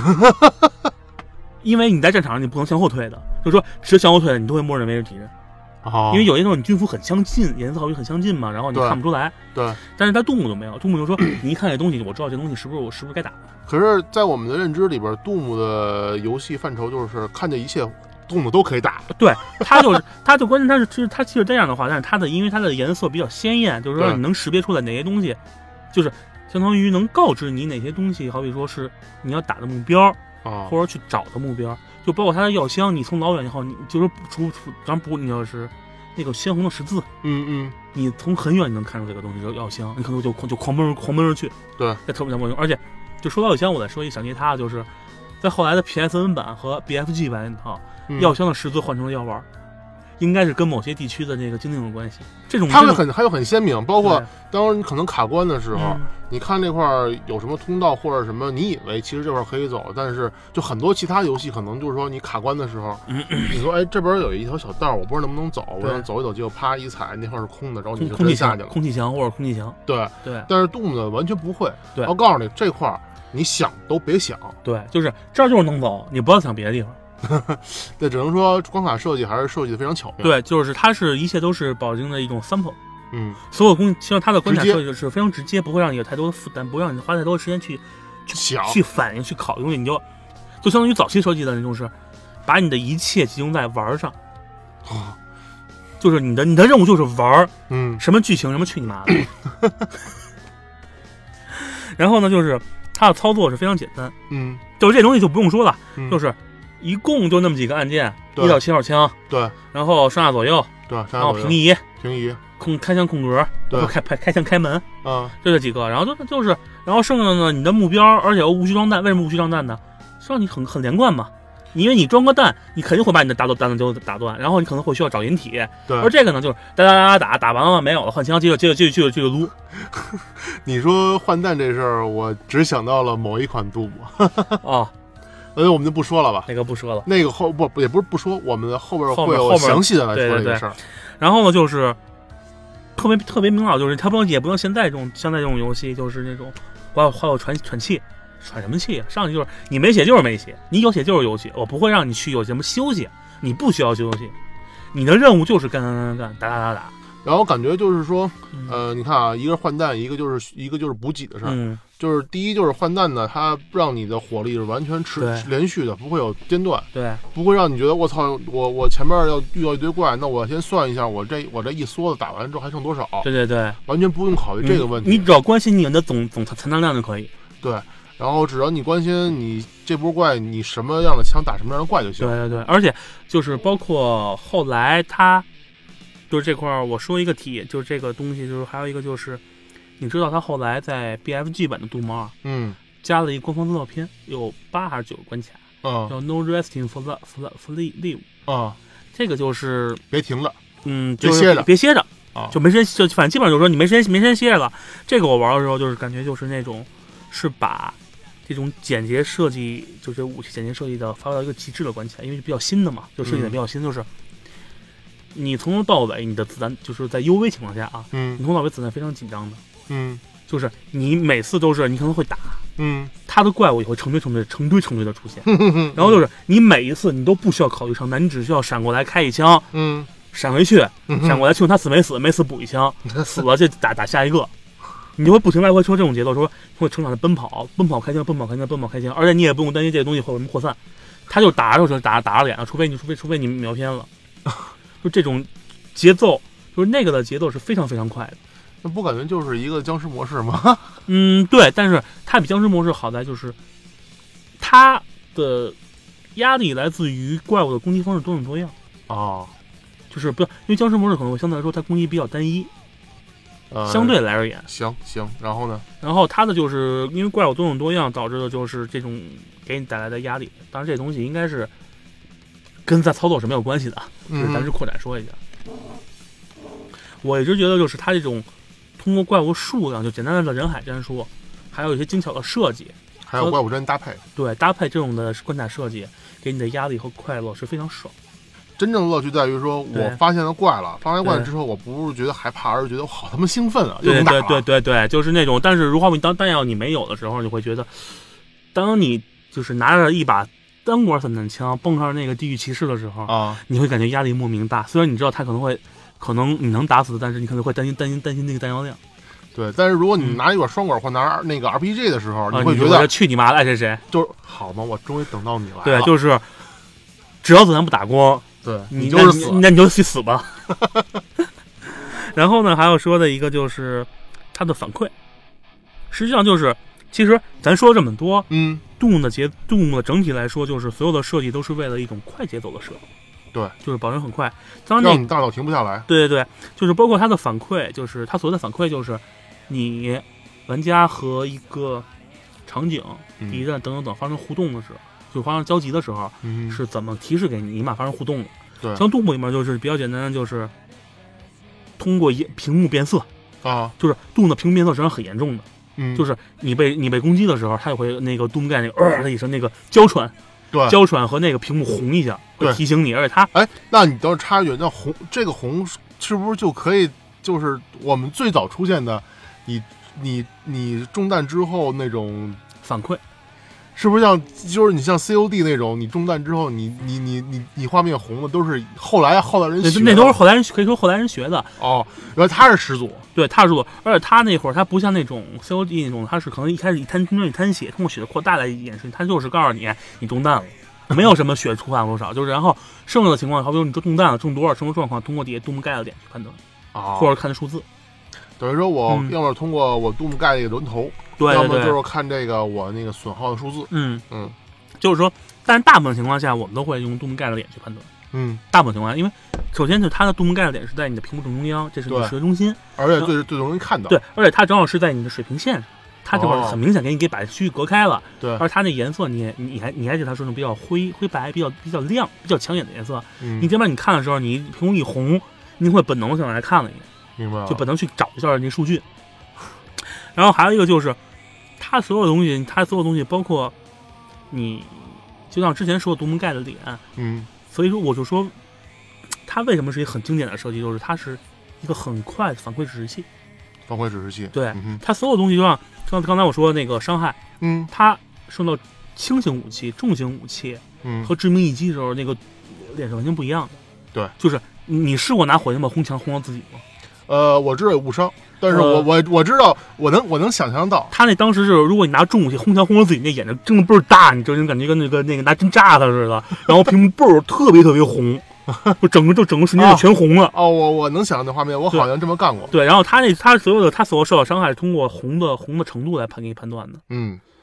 因为你在战场上你不能向后退的，就是说只向后退的你都会默认为是敌人。 哦， 因为有些时候你军服很相近，颜色好像很相近嘛，然后你看不出来。 对。 但是在杜牧就没有，杜牧就说你一看这东西，我知道这东西是不是我是不是该打的。 可是，在我们的认知里边，杜牧的游戏范畴就是看见一切杜牧都可以打。 对，他就是他就关键他是就是他其实这样的话，但是他的因为他的颜色比较鲜艳，就是说你能识别出来哪些东西，就是相当于能告知你哪些东西，好比说是你要打的目标， 啊， 或者去找的目标，就包括他的药箱，你从老远以后，你就是出出，咱不你要是那个鲜红的十字， 嗯嗯， 你从很远你能看出这个东西是药箱，你可能就就狂奔狂奔而去， 对， 在特别强而且就说到药箱，我再说一小吉他，就是在后来的 P S N 版和 B F G 版里头。 嗯、 药箱的十字换成了药丸，应该是跟某些地区的那个精灵有关系。这种它会很它会很鲜明，包括当你可能卡关的时候， 嗯、 你看这块有什么通道或者什么，你以为其实这块可以走，但是就很多其他游戏可能就是说你卡关的时候， 嗯、 你说哎这边有一条小道，我不知道能不能走，我想走一走，结果啪一踩那块是空的，然后你就直接下去了。 空气墙或者空气墙。 对对。 但是动的完全不会。 对。 我告诉你这块你想都别想。 对，就是这儿就是能走，你不要想别的地方。 对，只能说关卡设计还是设计的非常巧妙。 对，就是它是一切都是保证的一种 sample， 嗯， 所有东西，其实它的关卡设计是非常直接，不会让你有太多的负担，不会让你花太多的时间去去想、 去反应、去考虑东西，你就就相当于早期设计的那种是，把你的一切集中在玩上， 哦， 就是你的你的任务就是玩， 嗯， 什么剧情什么去你妈的。然后呢，就是它的操作是非常简单， 嗯， 就是这东西就不用说了， 嗯、 就是。一共就那么几个按键，一到七号枪， 对， 然后上下左右， 对， 然后平移， 平移， 空开枪空格， 对， 开开开枪开门， 啊， 就这几个，然后就就是，然后剩下的呢，你的目标，而且又无需装弹，为什么无需装弹呢？是让你很很连贯嘛，因为你装个弹，你肯定会把你的打弹就打断，然后你可能会需要找引体， 对， 而这个呢，就是打打打打打打完了没有了，换枪，接着接着接着接着接着撸。 你说换弹这事儿，我只想到了某一款杜姆。 哦。 呃，我们就不说了吧， 那个不说了， 那个后不也不是不说，我们的后边会有详细的来说这个事儿。 然后呢，就是特别特别明了，就是它不也不像现在这种现在这种游戏，就是那种还有还有喘喘气，喘什么气啊？上去就是你没血就是没血，你有血就是有血，我不会让你去有什么休息，你不需要休息，你的任务就是干干干干打打打打。 然后感觉就是说，呃，你看啊，一个是换弹，一个就是一个就是补给的事儿。 嗯， 就是第一就是换弹呢，它让你的火力是完全持连续的，不会有间断。 对， 不会让你觉得我操，我我前面要遇到一堆怪，那我先算一下，我这我这一梭子打完之后还剩多少？ 对对对， 完全不用考虑这个问题， 嗯、你只要关心你的总总残残量就可以。 对， 然后只要你关心你这波怪你什么样的枪打什么样的怪就行。 对对对，而且就是包括后来他就是这块我说一个题，就是这个东西，就是还有一个就是，你知道他后来在 B F G 版的杜牧二， 嗯， 加了一官方资料片，有八还是九个关卡， 嗯， 叫 No Resting for the for the for leave， 啊， 这个就是别停着， 嗯， 别歇着， 别歇着。 啊， 就没时间，就反正基本上就是说你没时间没时间歇着了。这个我玩的时候就是感觉就是那种，是把这种简洁设计，就是武器简洁设计的发挥到一个极致的关卡，因为比较新的嘛，就设计的比较新，就是、嗯、你从头到尾你的子弹就是在 U V 情况下啊， 嗯， 你从头到尾子弹非常紧张的， 嗯， 就是你每次都是你可能会打， 嗯， 他的怪物也会成堆成堆成堆成堆的出现，然后就是你每一次你都不需要考虑成难，你只需要闪过来开一枪， 嗯。 闪回去，闪过来，确定他死没死，没死补一枪，死了就打打下一个，你就会不停来回说这种节奏，说会成长的奔跑，奔跑开枪，奔跑开枪，奔跑开枪，而且你也不用担心这个东西会有什么扩散，他就打着就打打着脸了，除非你除非除非你瞄偏了，就这种节奏，就是那个的节奏是非常非常快的。 那不感觉就是一个僵尸模式吗？ 嗯，对，但是它比僵尸模式好在就是它的压力来自于怪物的攻击方式多种多样啊。哦， 就是不，因为僵尸模式可能会相对来说它攻击比较单一，呃，相对来而言。 行行，然后呢？ 然后它的就是因为怪物多种多样，导致的就是这种给你带来的压力。当然，这东西应该是跟在操作是没有关系的，就是咱是扩展说一下。嗯、我一直觉得就是它这种通过怪物数量，就简单的人海战术，还有一些精巧的设计， 还有怪物之间搭配， 对搭配这种的关卡设计，给你的压力和快乐是非常爽。 真正的乐趣在于说，我发现了怪了，发现怪了之后，我不是觉得害怕，而是觉得我好他妈兴奋啊！ 对对对对对，就是那种。但是如果你当弹药你没有的时候，你会觉得，当你就是拿着一把单管散弹枪蹦上那个地狱骑士的时候啊， 你会感觉压力莫名大。虽然你知道他可能会，可能你能打死，但是你可能会担心担心担心那个弹药量。 对，但是如果你拿一把双管或拿那个 R P G 的时候， 嗯、 你会觉得去你妈的，爱谁谁， 就是好嘛，我终于等到你了。 对，就是只要子弹不打光。 对， 你就是死， 那你就去死吧。然后呢，还要说的一个就是它的反馈，实际上就是其实咱说了这么多， 嗯， 杜牧的节杜牧的整体来说，就是所有的设计都是为了一种快节奏的设计， 对， 就是保证很快，当然让你大脑停不下来。 对对对，就是包括它的反馈，就是它所谓的反馈，就是你玩家和一个场景、敌人等等等发生互动的时候。就发生交集的时候， 嗯， 是怎么提示给你，你马发生互动的？ 对， 像杜牧里面就是比较简单的，就是通过屏幕变色啊， 就是杜牧的屏幕变色实际上很严重的， 嗯， 就是你被你被攻击的时候，它也会那个杜牧盖那个呃的一声那个娇喘， 对， 娇喘和那个屏幕红一下，会提醒你，而且它， 哎，那你倒是插一句，那红这个红是不是就可以就是我们最早出现的，你你你中弹之后那种反馈？ 是不是像就是你像 C O D 那种，你中弹之后你你你你你画面红的都是后来后来人学的， 那都是后来人可以说后来人学的哦。原来他是始祖， 对，他是始祖，而且他那会儿他不像那种 C O D 那种，他是可能一开始一滩通过一滩血，通过血的扩大来演示，他就是告诉你你中弹了，没有什么血出发多少，就是然后剩下的情况，好比说你中弹了，中多少，什么状况，通过底下杜牧盖的点去判断， 哦， 或者看数字。 等于说我要么通过我杜牧盖这个轮头， 对、嗯， 要么就是看这个我那个损耗的数字。 嗯嗯， 就是说，但是大部分情况下，我们都会用杜牧盖的点去判断。 嗯， 大部分情况下，因为首先就是它的杜牧盖的点是在你的屏幕正中央，这是你的视觉中心， 而且最最容易看到。 对，而且它正好是在你的水平线上，它这块很明显给你给把区域隔开了。 对， 而它那颜色你你还你还是它说那种比较灰灰白、比较比较亮、比较抢眼的颜色。 嗯， 你这边你看的时候，你屏幕一红，你会本能性来看了一眼， 明白了， 就本能去找一下那数据。然后还有一个就是，它所有东西，它所有东西包括你，就像之前说的杜牧盖的脸， 嗯， 所以说我就说，它为什么是一个很经典的设计，就是它是一个很快的反馈指示器。 反馈指示器， 对， 嗯、 它所有东西就像像刚才我说的那个伤害， 嗯， 它受到轻型武器、重型武器， 嗯， 和致命一击的时候，那个脸是完全不一样的。 对， 就是你试过拿火箭把红墙轰到自己吗？ 呃，我知道有误伤。但是我、呃、我我知道，我能我能想象到， 他那当时是，如果你拿重武器轰墙轰到自己，那眼睛睁的倍儿大，你就感觉跟那个那个拿针扎他似的，然后屏幕倍儿特别特别红，就整个就整个瞬间就全红了。 哦，我我能想象那画面，我好像这么干过。 对，然后他那他所有的他所有受到伤害是通过红的红的程度来判给你判断的。 嗯，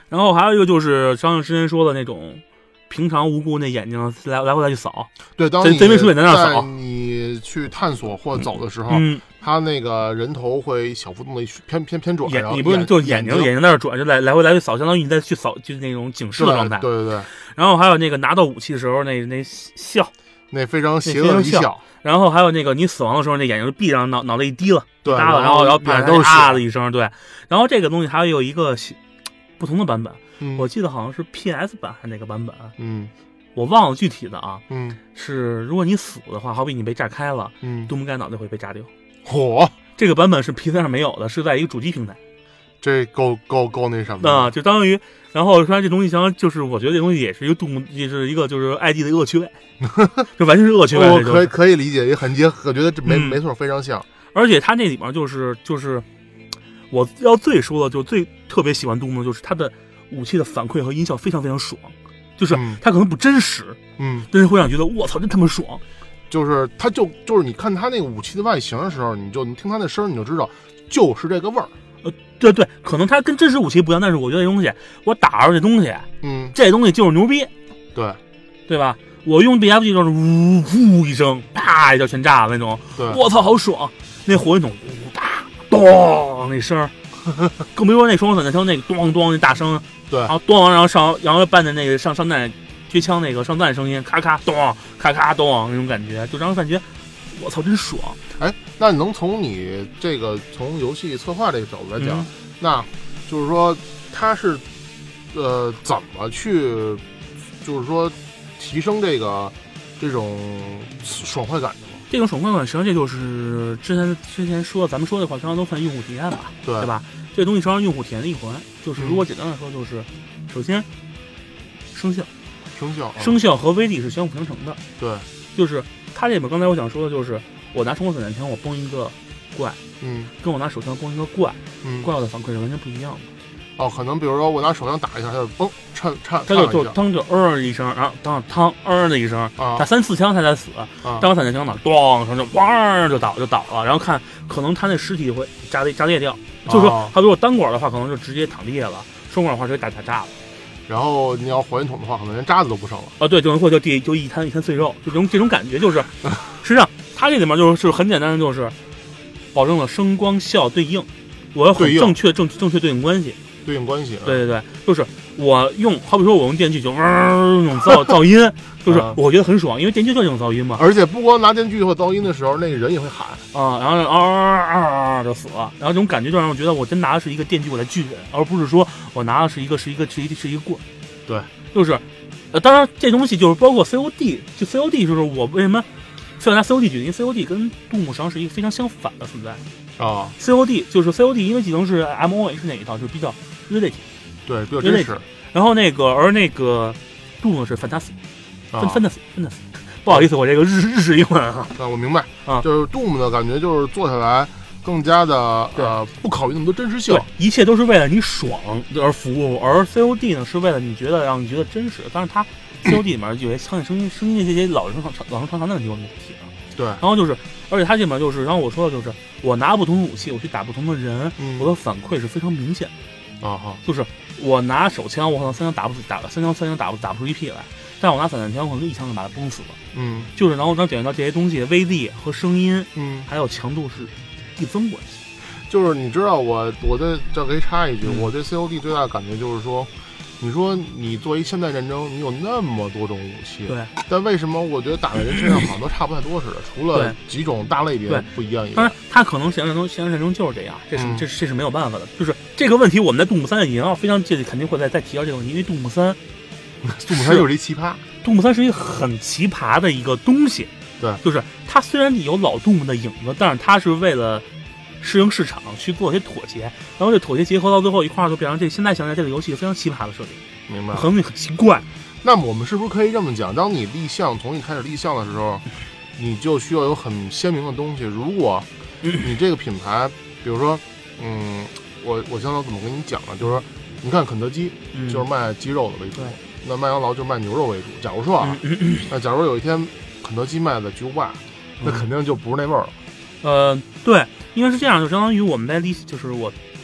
然后还有一个就是张之前说的那种平常无辜那眼睛来来回来去扫， 对，当你贼眉鼠眼在那扫， 你去探索或走的时候， 嗯， 他那个人头会小幅度的偏偏偏转， 眼然后你不是就眼睛眼睛在那转，就来来回来去扫，相当于你在去扫，就是那种警示的状态。 对对对。 然后还有那个拿到武器的时候，那那笑， 那非常邪恶的一笑。 然后还有那个你死亡的时候，那眼睛就闭上，脑脑袋一低了， 对， 耷了，然后然后闭上都是啊的一声，对。然后这个东西还有一个不同的版本， 嗯、 我记得好像是 P S 版还是哪个版本？ 嗯。 我忘了具体的啊， 嗯， 是如果你死的话，好比你被炸开了， 嗯， 杜牧盖脑袋会被炸掉。 嚯， 这个版本是 P C 上没有的，是在一个主机平台。 这够够够那什么啊，就相当于，然后说这东西，相当就是我觉得这东西也是一个杜牧，也是一个就是 I D 的恶趣味，就完全是恶趣味。 我可以可以理解，也很结，我觉得这没、嗯、没错，非常像。 而且它那里面就是就是我要最说的，就最特别喜欢杜牧，就是它的武器的反馈和音效非常非常爽。就是他可能不真实， 嗯， 但是会让觉得我操，真他妈爽。 就是他就就是你看他那个武器的外形的时候，你就你听他那声，你就知道就是这个味儿。 呃，对对，可能它跟真实武器不一样，但是我觉得这东西，我打着这东西， 嗯， 这东西就是牛逼， 对， 对吧？我用 B F G 就是呜呼一声，啪一下全炸了那种， 对， 我操，好爽！那火箭筒呜哒咚那声，更别说那双闪弹枪那个咚咚那大声。 对， 然后咚，然后上，然后伴着那个上上弹贴枪那个上弹声音，咔咔咚，咔咔咚那种感觉，就让人感觉我操真爽。 哎，那你能从你这个从游戏策划这个角度来讲，嗯、那就是说他是呃怎么去，就是说提升这个这种爽快感的吗？ 这种爽快感实际上这就是之前之前说咱们说的话，实际上都算用户体验吧， 对对吧？这东西实际上用户体验的一环，就是如果简单的说，就是、嗯、首先声效， 声效， 声效和威力是相辅相成的。 对， 就是它这里面刚才我想说的就是，我拿冲锋散弹枪我崩一个怪， 嗯， 跟我拿手枪崩一个怪， 嗯， 怪物的反馈是完全不一样的。 哦，可能比如说我拿手枪打一下，它就嘣颤颤， 它就就当就呃一声，然后当当呃的一声， 啊， 打三四枪才才死， 啊， 当散弹枪呢，咣声就咣就倒就倒了，然后看可能他那尸体会炸裂炸裂掉，就是说他如果单管的话，可能就直接躺地下了；双管的话直接打打炸了。 然后你要火箭筒的话，可能连渣子都不剩了。 啊，对，就能或就地就一滩一滩碎肉，就这种这种感觉，就是实际上它这里面就是很简单的，就是保证了声光效对应，我要很正确正正确对应关系。 对应关系， 对对对，就是我用，好比说我用电锯就嗡那种噪噪音，就是我觉得很爽，因为电锯就是这种噪音嘛。 而且不光拿电锯或噪音的时候，那个人也会喊啊，然后啊啊啊就死了，然后这种感觉就让我觉得我真拿的是一个电锯我来锯人，而不是说我拿的是一个是一个是一个是一个棍。 对， 就是呃，当然这东西就是包括 C O D， 就 C O D 就是我为什么非要拿 C O D 举例，因为 C O D 跟杜牧实际上是一个非常相反的存在啊。 C O D 就是 C O D， 因为技能是 M O H 那一套，就是比较。reality 对，比较真实。 然后那个，而那个杜呢是 fantasy，fantasy，fantasy、 啊。 不好意思，我这个日日式英文啊。 啊，我明白啊， 就是杜牧的感觉，就是做下来更加的呃，不考虑那么多真实性， 对，一切都是为了你爽而服务。而 C O D 呢，是为了你觉得让你觉得真实。但是它 C O D 里面有些枪械声音、声音这些老生常老生常谈的问题我们提了。 对， 然后就是，而且它这里面就是，然后我说的就是，我拿不同的武器，我去打不同的人， 嗯、 我的反馈是非常明显的。 啊哈， 就是我拿手枪，我可能三枪打不出，打三枪三枪打不打不出一屁来，但我拿散弹枪，可能一枪就把它崩死了。 嗯， 就是然后能体验到这些东西的威力和声音， 嗯， 还有强度是递增关系。 就是你知道我，我对这可以插一句， 嗯、 我对 C O D 最大的感觉就是说，你说你作为现代战争，你有那么多种武器， 对， 但为什么我觉得打在人身上好像都差不太多似的？除了几种大类别不一样以外， 当然，它可能现实战争，现实战争就是这样，这是、嗯、这是这是没有办法的。就是这个问题，我们在杜牧三已经要非常这肯定会再再提到这个问题，因为杜牧三， 杜牧三就是一奇葩， 杜牧三是一个很奇葩的一个东西。 对， 就是它虽然有老杜牧的影子，但是它是为了适应市场去做一些妥协，然后这妥协结合到最后一块儿，就变成这现在想起来这个游戏非常奇葩的设计。 明白， 很很奇怪。 那么我们是不是可以这么讲？当你立项，从一开始立项的时候，你就需要有很鲜明的东西。如果你这个品牌，比如说，嗯，我我想想怎么跟你讲呢？就是说，你看肯德基就是卖鸡肉的为主， 嗯、 那麦当劳就卖牛肉为主。假如说啊， 嗯嗯、 那假如有一天肯德基卖的巨无霸，那肯定就不是那味儿了。 呃，对，因为是这样，就相当于我们在立，就是我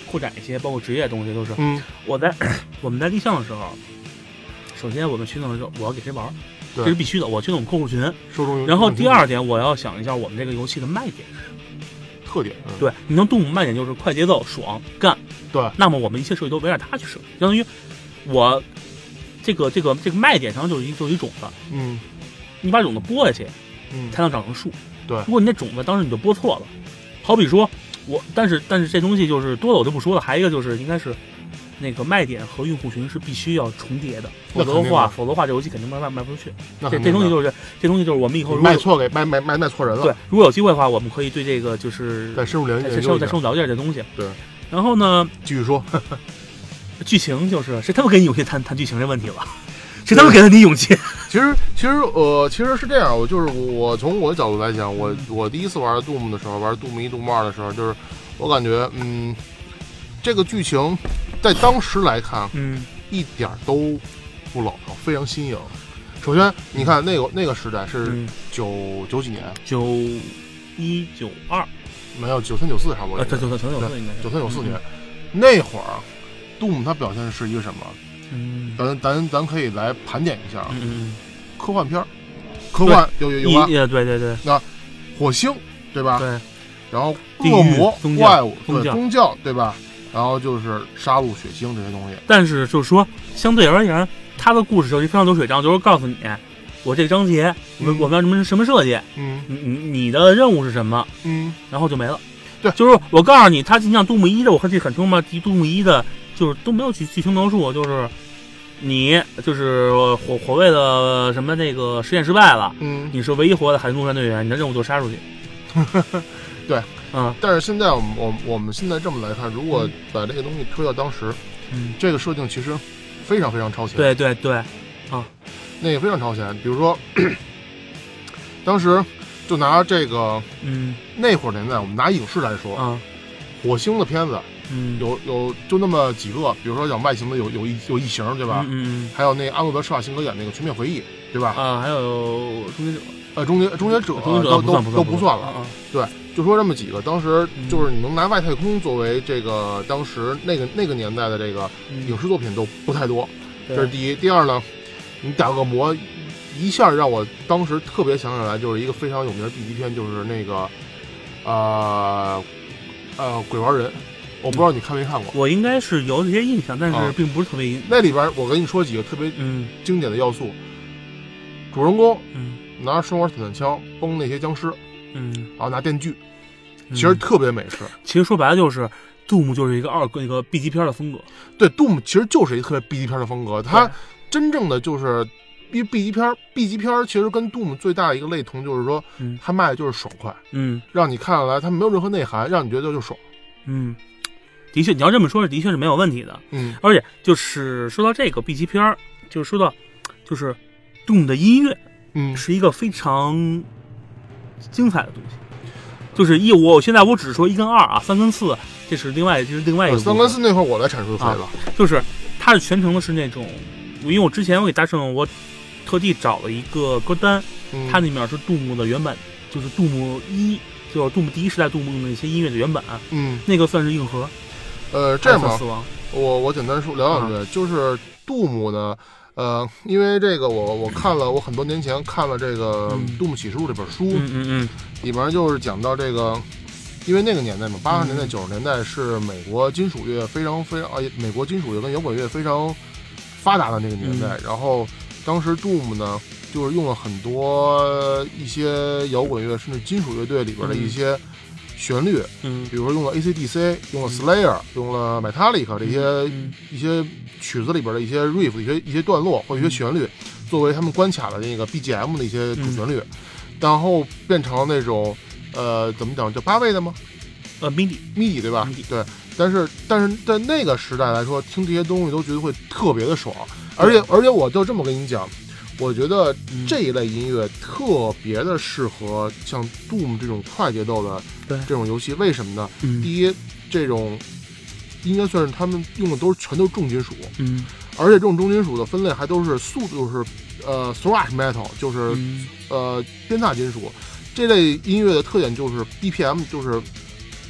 扩展一些，包括职业的东西，都是。 嗯， 我在我们在立项的时候，首先我们去弄的时候，我要给谁玩，这是必须的。我去弄客户群，然后第二点，我要想一下我们这个游戏的卖点是什么， 特点。嗯、 对，你像动物卖点就是快节奏、爽、干。 对， 那么我们一切设计都围绕它去设计，相当于我这个这个这个卖点上就是一就是一种子。 嗯， 你把种子播下去， 嗯， 才能长成树。 对， 如果你这种子当时你就播错了，好比说我，但是但是这东西就是多了我就不说了。还有一个就是应该是那个卖点和用户群是必须要重叠的，否则的话，否则的话这游戏肯定卖卖卖不出去。这这东西就是这东西就是我们以后卖错给卖卖卖卖错人了。 对，如果有机会的话，我们可以对这个就是再深入了解， 再深入再深入了解这东西。 对， 然后呢， 继续说， 剧情就是谁他妈给你勇气谈谈剧情这问题了？谁他妈给了你勇气？ 其实其实呃其实是这样，我就是我从我的角度来讲，我我第一次玩 Doom 的时候，玩 Doom 一 Doom 二的时候，就是我感觉嗯，这个剧情在当时来看， 嗯， 一点都不老套，非常新颖。首先，你看那个那个时代是九九几年， 九一九二， 没有九三九四差不多， 对，九三九四应该是九三九四年那会儿，Doom 它表现是一个什么？ 嗯， 咱咱咱可以来盘点一下， 嗯嗯， 科幻片，科幻有有有啊， 对对对， 那火星对吧？ 对， 然后恶魔、怪物、 宗教、 宗教对吧？然后就是杀戮、血腥这些东西。 但是就是说，相对而言，它的故事就是非常流水账，就是告诉你，我这个章节，我们、嗯、我们要什么什么设计， 嗯， 你你你的任务是什么， 嗯， 然后就没了。 对， 就是我告诉你，它就像杜牧一的，我记得很清楚嘛，杜牧一的。就是都没有剧剧情描述，就是你就是火火卫的什么那个实验失败了， 嗯， 你是唯一活的海军陆战队员，你的任务就杀出去。 对， 嗯， 但是现在我们我我们现在这么来看，如果把这个东西推到当时， 嗯， 这个设定其实非常非常超前。 对对对，啊， 那个非常超前。比如说，当时就拿这个， 嗯， 那会儿年代，我们拿影视来说， 啊， 火星的片子。 嗯， 有有就那么几个，比如说讲外形的有有一有异形，对吧？ 嗯嗯。 还有那个阿诺德施瓦辛格演那个《全面回忆》，对吧？ 啊，还有终结者， 呃，终结终结者， 终结者都都都不算了。 啊、 对，就说这么几个，当时就是你能拿外太空作为这个当时那个那个年代的这个影视作品都不太多， 嗯、 这是第一。第二呢，你打恶魔一下让我当时特别想起来，就是一个非常有名的 B 级片，就是那个呃呃鬼玩人。我不知道你看没看过， 我应该是有这些印象，但是并不是特别印、 啊。那里边我跟你说几个特别经典的要素，嗯、主人公嗯拿着双管散弹枪崩那些僵尸， 嗯， 然后拿电锯，其实特别美式。 嗯、其实说白了就是Doom就是一个二那个 B 级片的风格。 对 ，Doom 其实就是一个特别 B 级片的风格，它真正的就是因为 B 级片 B 级片其实跟 Doom 最大的一个类同就是说， 嗯， 它卖的就是爽快， 嗯， 让你看下来它没有任何内涵，让你觉得就爽， 嗯。的确，你要这么说，的确是没有问题的。 嗯， 而且就是说到这个 B 级片，就是说到就是 Doom 的音乐， 嗯， 是一个非常精彩的东西。就是一，我现在我只说一跟二啊，三跟四这是另外这是另外一个。 三跟四那会儿我来阐述可以了、 啊，就是它是全程的是那种，因为我之前我给大圣我特地找了一个歌单， 嗯、 它里面是 Doom 的原版，就是 Doom 一，就是 Doom 第一时代 Doom 的那些音乐的原版， 嗯， 那个算是硬核。 呃，这样吧， 死亡我我简单说聊两句，啊、就是杜牧呢，呃，因为这个我我看了，我很多年前看了这个《杜牧启示录》这本书， 嗯嗯嗯， 里面就是讲到这个，因为那个年代嘛，八十年代九十年代是美国金属乐非常非常啊，美国金属乐跟摇滚乐非常发达的那个年代， 嗯、 然后当时杜牧呢，就是用了很多一些摇滚乐甚至金属乐队里边的一些。旋律， 嗯， 比如说用了 A C D C， 用了 Slayer，、嗯、用了 Metallica 这些、 嗯、 一些曲子里边的一些 riff， 一些一些段落或者一些旋律，嗯、作为他们关卡的那个 B G M 的一些主旋律， 嗯、 然后变成那种呃怎么讲叫八位的吗？ 呃 ，MIDI MIDI 对吧？ MIDI 对，但是但是在那个时代来说，听这些东西都觉得会特别的爽，而且而且我就这么跟你讲。我觉得这一类音乐特别的适合像 Doom 这种快节奏的这种游戏，为什么呢？ 嗯、 第一，这种应该算是他们用的都是全都是重金属， 嗯， 而且这种重金属的分类还都是速，就是呃 thrash metal， 就是、 嗯、 呃鞭挞金属。这类音乐的特点就是 B P M， 就是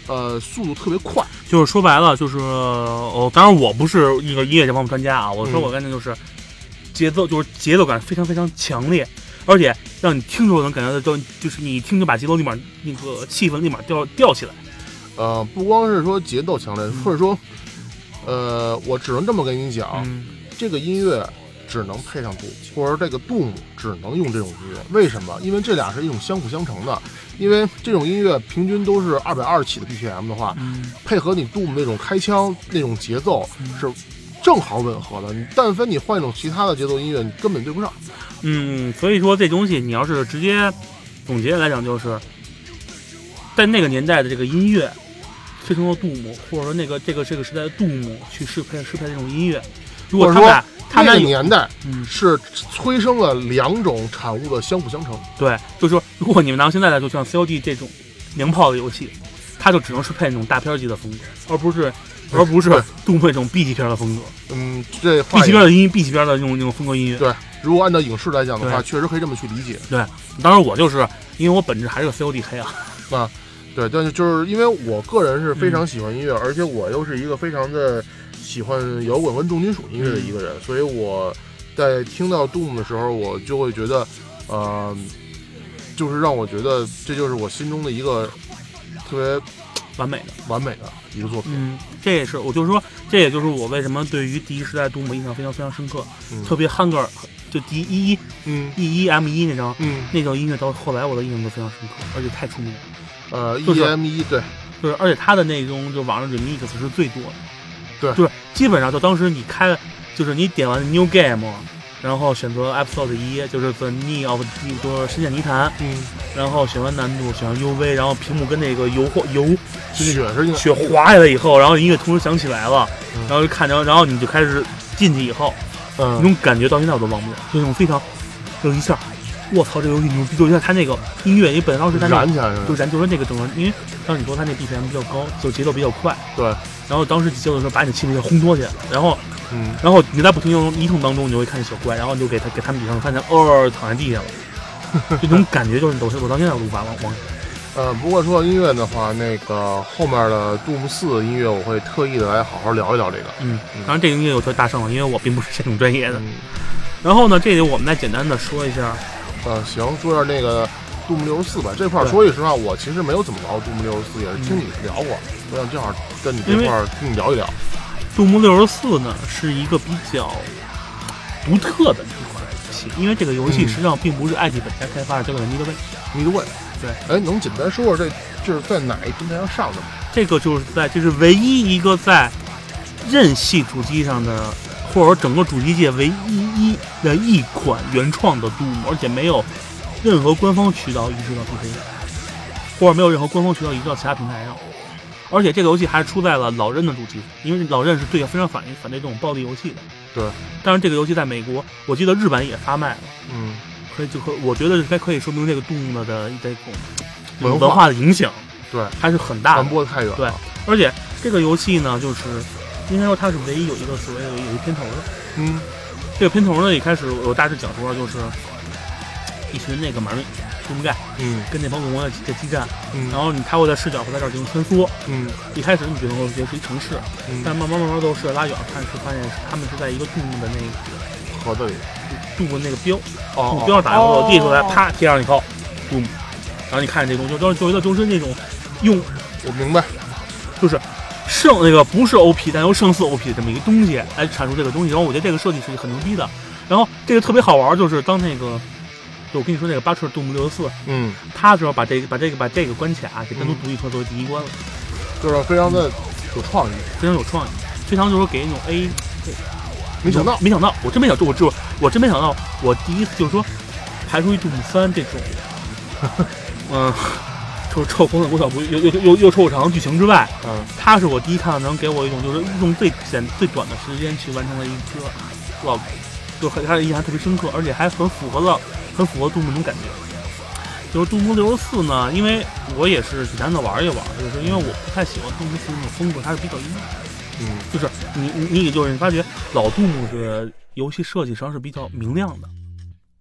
呃，速度特别快。 就是说白了，就是哦，当然我不是一个音乐这方面专家啊，我说我感觉就是节奏，就是节奏感非常非常强烈，而且让你听着能感觉到，就是你一听就把节奏立马那个气氛立马吊吊起来。 呃，不光是说节奏强烈， 嗯、 或者说，呃，我只能这么跟你讲， 嗯、 这个音乐只能配上 Doom， 或者这个 Doom 只能用这种音乐。为什么？因为这俩是一种相辅相成的。因为这种音乐平均都是二百二十起的 B P M 的话， 嗯、 配合你 Doom 那种开枪那种节奏是正好吻合的。你但凡你换一种其他的节奏音乐，你根本对不上。 嗯，所以说这东西你要是直接总结来讲，就是在那个年代的这个音乐推成了杜牧，或者说那个这个这个时代的杜牧去适配适配这种音乐。如果他们俩他那个年代嗯是催生了两种产物的相辅相成。 对，就是说，如果你们拿现在来说，像 C O D 这种娘炮的游戏，它就只能是配那种大片级的风格，而不是而不是杜牧那种 B 级片的风格。 嗯，这 B 级片的音 ，B 级片的那种那种风格音乐。 对，如果按照影视来讲的话，确实可以这么去理解。 对，当然我就是因为我本质还是个 C O D 黑啊。 啊，对，但是就是因为我个人是非常喜欢音乐，嗯、而且我又是一个非常的喜欢摇滚跟重金属音乐的一个人，嗯、所以我在听到 Doom 的时候，我就会觉得，呃，就是让我觉得这就是我心中的一个特别完美的、 完美的一个作品。 嗯，这也是，我就说，这也就是我为什么对于第一时代 Doom 印象非常非常深刻， 嗯、 特别 Hunger 就第一， 嗯 ，E 一 M 一那张， 嗯， 那张音乐到后来我的印象都非常深刻，而且太出名了。 呃 ，E M 一对， 就是，而且它的那种就网上 remix 是最多的。 对， 就是基本上就当时你开了，就是你点完 New Game， 然后选择 Episode 一，就是 The Need of 就是深陷泥潭， 嗯， 然后选完难度，选完 U V， 然后屏幕跟那个油油血是血滑下来以后，然后音乐同时响起来了， 嗯、 然后就看着，然后你就开始进去以后， 嗯， 那种感觉到现在我都忘不了，就那种非常，就一下，我操，这游戏牛逼！就像他那个音乐，你本当时他燃起来就燃，就是那个整个，因为当时你说他那 B P M 比较高，就节奏比较快， 对。 然后当时节奏的时候，把你的气氛烘托起来，然后， 嗯， 然后你在不停用一通当中，你就会看见小怪，然后你就给他给他们比上，发现哦躺在地下了，这种感觉就是都是我到现在我都无法忘忘。 呃，不过说到音乐的话，那个后面的 Doom 四的音乐，我会特意的来好好聊一聊这个。 嗯，当然这个音乐有特大胜了，因为我并不是这种专业的。 嗯、 然后呢，这里我们再简单的说一下。 呃，行，说下那个。杜牧六十四吧，这块说句实话，我其实没有怎么聊杜牧六十四，也是听你聊过，我想正好跟你这块听你聊一聊。 杜牧六十四呢是一个比较独特的一款游戏，因为这个游戏实际上并不是 I T 本家开发的，叫做 Midway。Midway， 对，哎，能简单说说这就是在哪一平台上上的吗？ 这个就是在这是唯一一个在任系主机上的，或者说整个主机界唯一一的一款原创的杜牧，而且没有任何官方渠道移植到 P C， 或者没有任何官方渠道移植到其他平台上，而且这个游戏还出在了老任的主机，因为老任是对非常反反对这种暴力游戏的。 对， 当然这个游戏在美国，我记得日本也发卖了。 嗯， 可以就可，我觉得应该可以说明这个动物的这种文文化的影响， 对， 还是很大的， 传播太远了。 对，而且这个游戏呢，就是应该说它是唯一有一个所谓的有一片头的。 嗯， 这个片头呢，一开始我大致讲说就是。一群那个马瑞杜牧盖， 嗯， 跟那帮恶魔在在激战， 嗯， 然后你他会在视角会在这儿进行穿梭， 嗯， 一开始你觉得觉得是一城市， 嗯， 但慢慢慢慢都是拉远看是发现他们是在一个杜牧的那个盒子里， 杜牧那个标， 哦， 目标打以后递出来，啪贴上以后，杜牧，然后你看这东西，就就觉得就是那种用， 我明白， 就是胜那个不是 O P 但又胜似 O P 的这么一个东西来阐述这个东西，然后我觉得这个设计是很牛逼的，然后这个特别好玩，就是当那个。就我跟你说那个巴特杜牧六十四， 嗯， 他只要把这个把这个把这个关卡给单独独立出来作为第一关了， 就是非常的有创意， 非常有创意，非常就是给那种 A， 没想到， 没想到，我真没想到，我就我真没想到，我第一次就是说排除一杜牧三这种，嗯，就是臭红粉国小不又又又又臭长剧情之外， 嗯， 他是我第一看到能给我一种就是用最简最短的时间去完成了一个 log， 就他的印象特别深刻，而且还很符合了。很符合杜牧那种感觉，就是杜牧六十四呢，因为我也是简单的玩一玩，就是因为我不太喜欢杜牧四那种风格，它是比较阴暗， 嗯， 就是你你你就是你发觉老杜牧的游戏设计实际上是比较明亮的，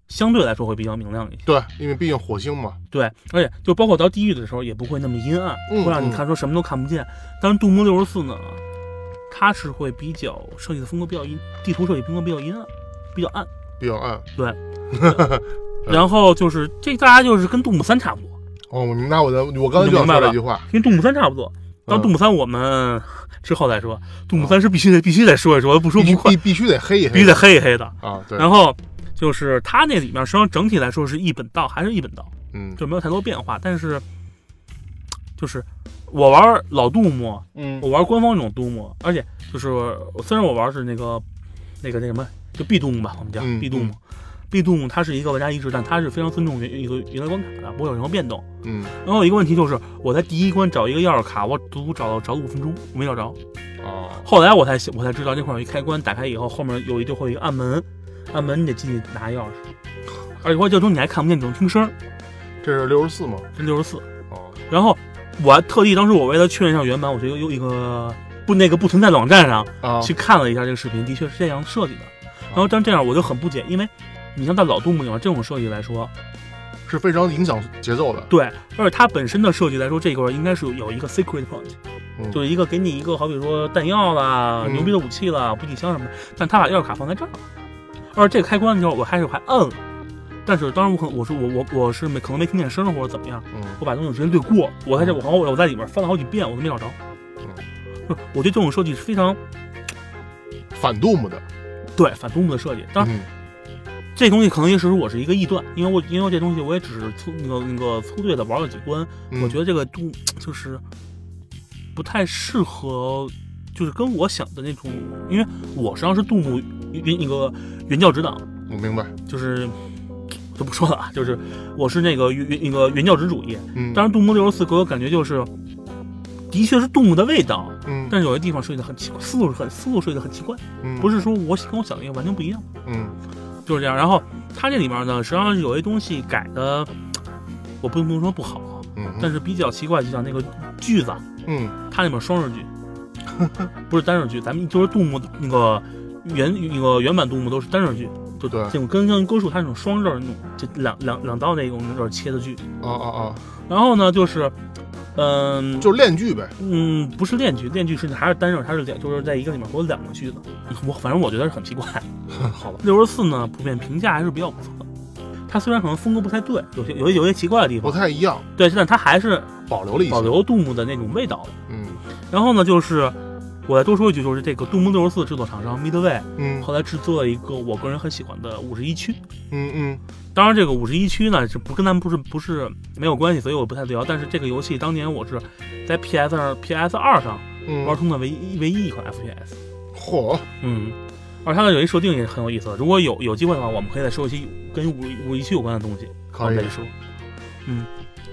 相对来说会比较明亮一些。 对，因为毕竟火星嘛。 对，而且就包括到地狱的时候也不会那么阴暗， 嗯、 会让你看说什么都看不见。嗯、但是杜牧六十四呢，它是会比较设计的风格比较阴，地图设计风格比较阴暗，比较暗， 比较暗。 对。然后就是这大家就是跟杜牧三差不多。 哦，我明白我的，我刚才就想说这句话， 跟杜牧三差不多。当杜牧三我们之后再说，杜牧三是必须得必须得说一说，不说不快， 必必须得黑一黑， 必须得黑一黑的啊。对。 然后就是它那里面实际上整体来说是一本道，还是一本道， 嗯， 就没有太多变化。但是就是我玩老杜牧， 嗯， 我玩官方这种杜牧，而且就是虽然我玩是那个那个那什么，就 B 杜牧吧，我们叫 B 杜牧。B 杜牧它是一个玩家意志，但它是非常尊重原一个原来关卡的，不会有任何变动。 嗯， 然后有一个问题就是，我在第一关找一个钥匙卡，我足足找了找了五分钟，我没找着。 哦， 后来我才我才知道那块有一开关，打开以后后面有一就会有一个暗门，暗门你得进去拿钥匙，而且关键中你还看不见，你只能听声。 这是六十四吗？ 这六十四。 哦， 然后我还特地当时我为了确认一下原版，我就有一个不那个不存在的网站上、 啊、 去看了一下这个视频，的确是这样设计的。然后但这样我就很不解，因为你像在老杜牧里面这种设计来说， 是非常影响节奏的。 对，而且它本身的设计来说，这块应该是有一个 secret point，、嗯、就是一个给你一个好比说弹药啦、嗯、牛逼的武器啦、补给箱什么的，但他把钥匙卡放在这儿了。而这个开关的时候，我还是还摁了，但是当然我可能我是我我我是没可能没听见声或者怎么样， 嗯、 我把东西直接略过，我还是我我我在里面翻了好几遍，我都没找着。嗯，我觉得这种设计是非常反杜牧的。 对，反杜牧的设计，当然、嗯、这东西可能也是我是一个臆断，因为我因为这东西我也只是粗那个那个粗略的玩了几关、嗯，我觉得这个杜就是不太适合，就是跟我想的那种，因为我实际上是杜牧那个原教旨党， 我明白， 就是就不说了啊，就是我是那个原那个原教旨主义， 嗯， 当然杜牧六十四给我感觉就是。的确是杜牧的味道， 嗯， 但是有些地方设计的很奇怪，思路很思路设计的很奇怪， 嗯， 不是说我跟我想的一个完全不一样， 嗯， 就是这样。然后它这里面呢，实际上是有些东西改的，我不能说不好， 嗯， 但是比较奇怪，就像那个句子， 嗯， 它那边双日句，不是单日句，咱们就是杜牧那个原那个原版杜牧都是单日句，就对， 这种跟像歌数它那种双刃那种，就两两两刀那种那种切的句， 啊啊啊， 然后呢就是。嗯， 就是链句呗。 嗯，不是链句，链句是还是单刃，它是两，就是在一个里面有两个句子。我反正我觉得是很奇怪。 好吧。 六十四呢，普遍评价还是比较不错的。它虽然可能风格不太对，有些有些有些奇怪的地方， 不太一样。 对，但它还是保留了一些保留杜牧的那种味道的。 嗯。 然后呢，就是我再多说一句，就是这个杜牧六十四制作厂商 Midway， 嗯， 后来制作了一个我个人很喜欢的五十一区。 嗯嗯。 当然，这个五十一区呢，是不跟咱们不是不是没有关系，所以我不太聊。但是这个游戏当年我是在 P S 二 P S 二上玩通的唯一、嗯、唯一一款 F P S。 嚯， 嗯，而它的有一设定也很有意思的。如果有有机会的话，我们可以再说一些跟五五一区有关的东西， 可以再说。嗯。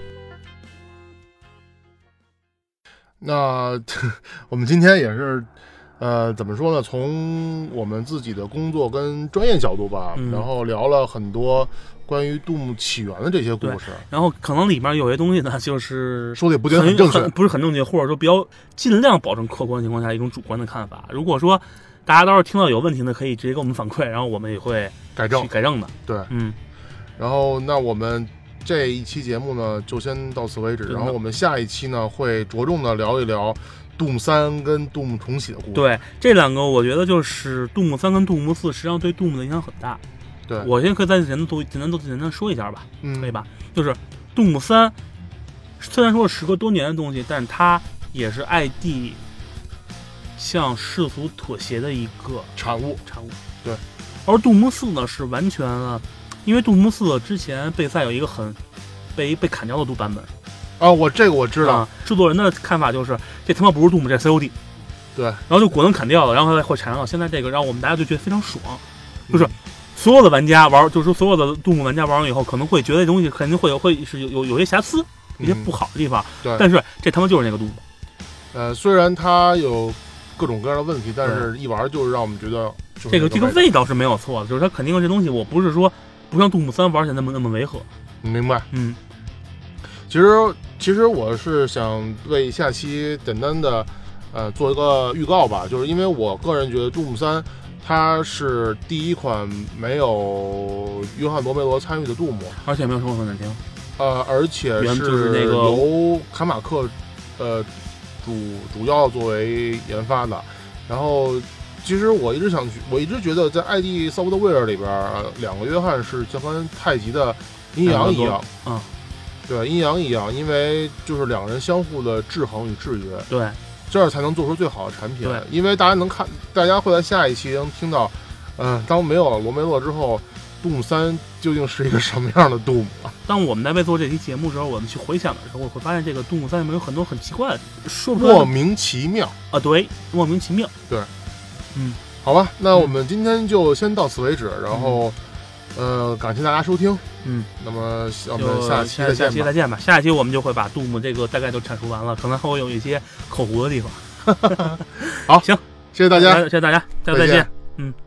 那我们今天也是。呃，怎么说呢？从我们自己的工作跟专业角度吧， 嗯、 然后聊了很多关于杜牧起源的这些故事。 然后可能里面有些东西呢，就是说的也不见得很正确， 不是很正确，或者说比较尽量保证客观情况下一种主观的看法。如果说大家到时候听到有问题呢，可以直接给我们反馈，然后我们也会改正改正的。 对， 嗯。 然后那我们这一期节目呢，就先到此为止。然后我们下一期呢，会着重的聊一聊。杜牧三跟杜牧重启的故事， 对这两个，我觉得就是杜牧三跟杜牧四，实际上对杜牧的影响很大。 对， 我先可以再简单做简单做简单说一下吧， 嗯， 可以吧？就是杜牧三，虽然说是时隔多年的东西，但是它也是艾蒂向世俗妥协的一个产物， 产物。 对， 而杜牧四呢，是完全了，因为杜牧四之前备赛有一个很被被砍掉的杜版本。 啊，我这个我知道、 啊，制作人的看法就是这他妈不是杜牧，这是 C O D， 对，然后就果断砍掉了，然后会产生了现在这个，让我们大家就觉得非常爽，就是所有的玩家玩，就是说所有的杜牧玩家玩完以后，可能会觉得这东西肯定会有会是有有有些瑕疵，有些不好的地方， 对、嗯， 但是这他妈就是那个杜牧， 呃，虽然它有各种各样的问题，但是一玩就是让我们觉得这个这个味道是没有错的，就是它肯定这东西，我不是说不像杜牧三玩起来那么那么违和， 明白？ 嗯。 其实，其实我是想为下期简单的，呃，做一个预告吧。就是因为我个人觉得《杜牧三》 它是第一款没有约翰罗梅罗参与的杜牧， 而且没有生活很难听。 呃，而且是那个由卡马克，呃，主主要作为研发的。然后，其实我一直想，我一直觉得在艾迪·萨博德威尔里边，两个约翰是就跟太极的阴阳一样， 嗯， 对，阴阳一样，因为就是两个人相互的制衡与制约， 对， 这样才能做出最好的产品。因为大家能看，大家会在下一期能听到，嗯、呃，当没有了罗梅洛之后。杜牧三究竟是一个什么样的杜牧啊？ 当我们在为做这期节目的时候，我们去回想的时候，我会发现这个杜牧三里面有很多很奇怪的，说不出来莫名其妙啊，对，莫名其妙， 对， 嗯， 好吧，那我们今天就先到此为止，嗯、然后，呃，感谢大家收听， 嗯， 那么我们下期再见吧， 下期再见吧，下一期我们就会把杜牧这个大概都阐述完了，可能还会有一些口胡的地方。 好， 行， 谢谢大家， 谢谢大家，大家再见，嗯。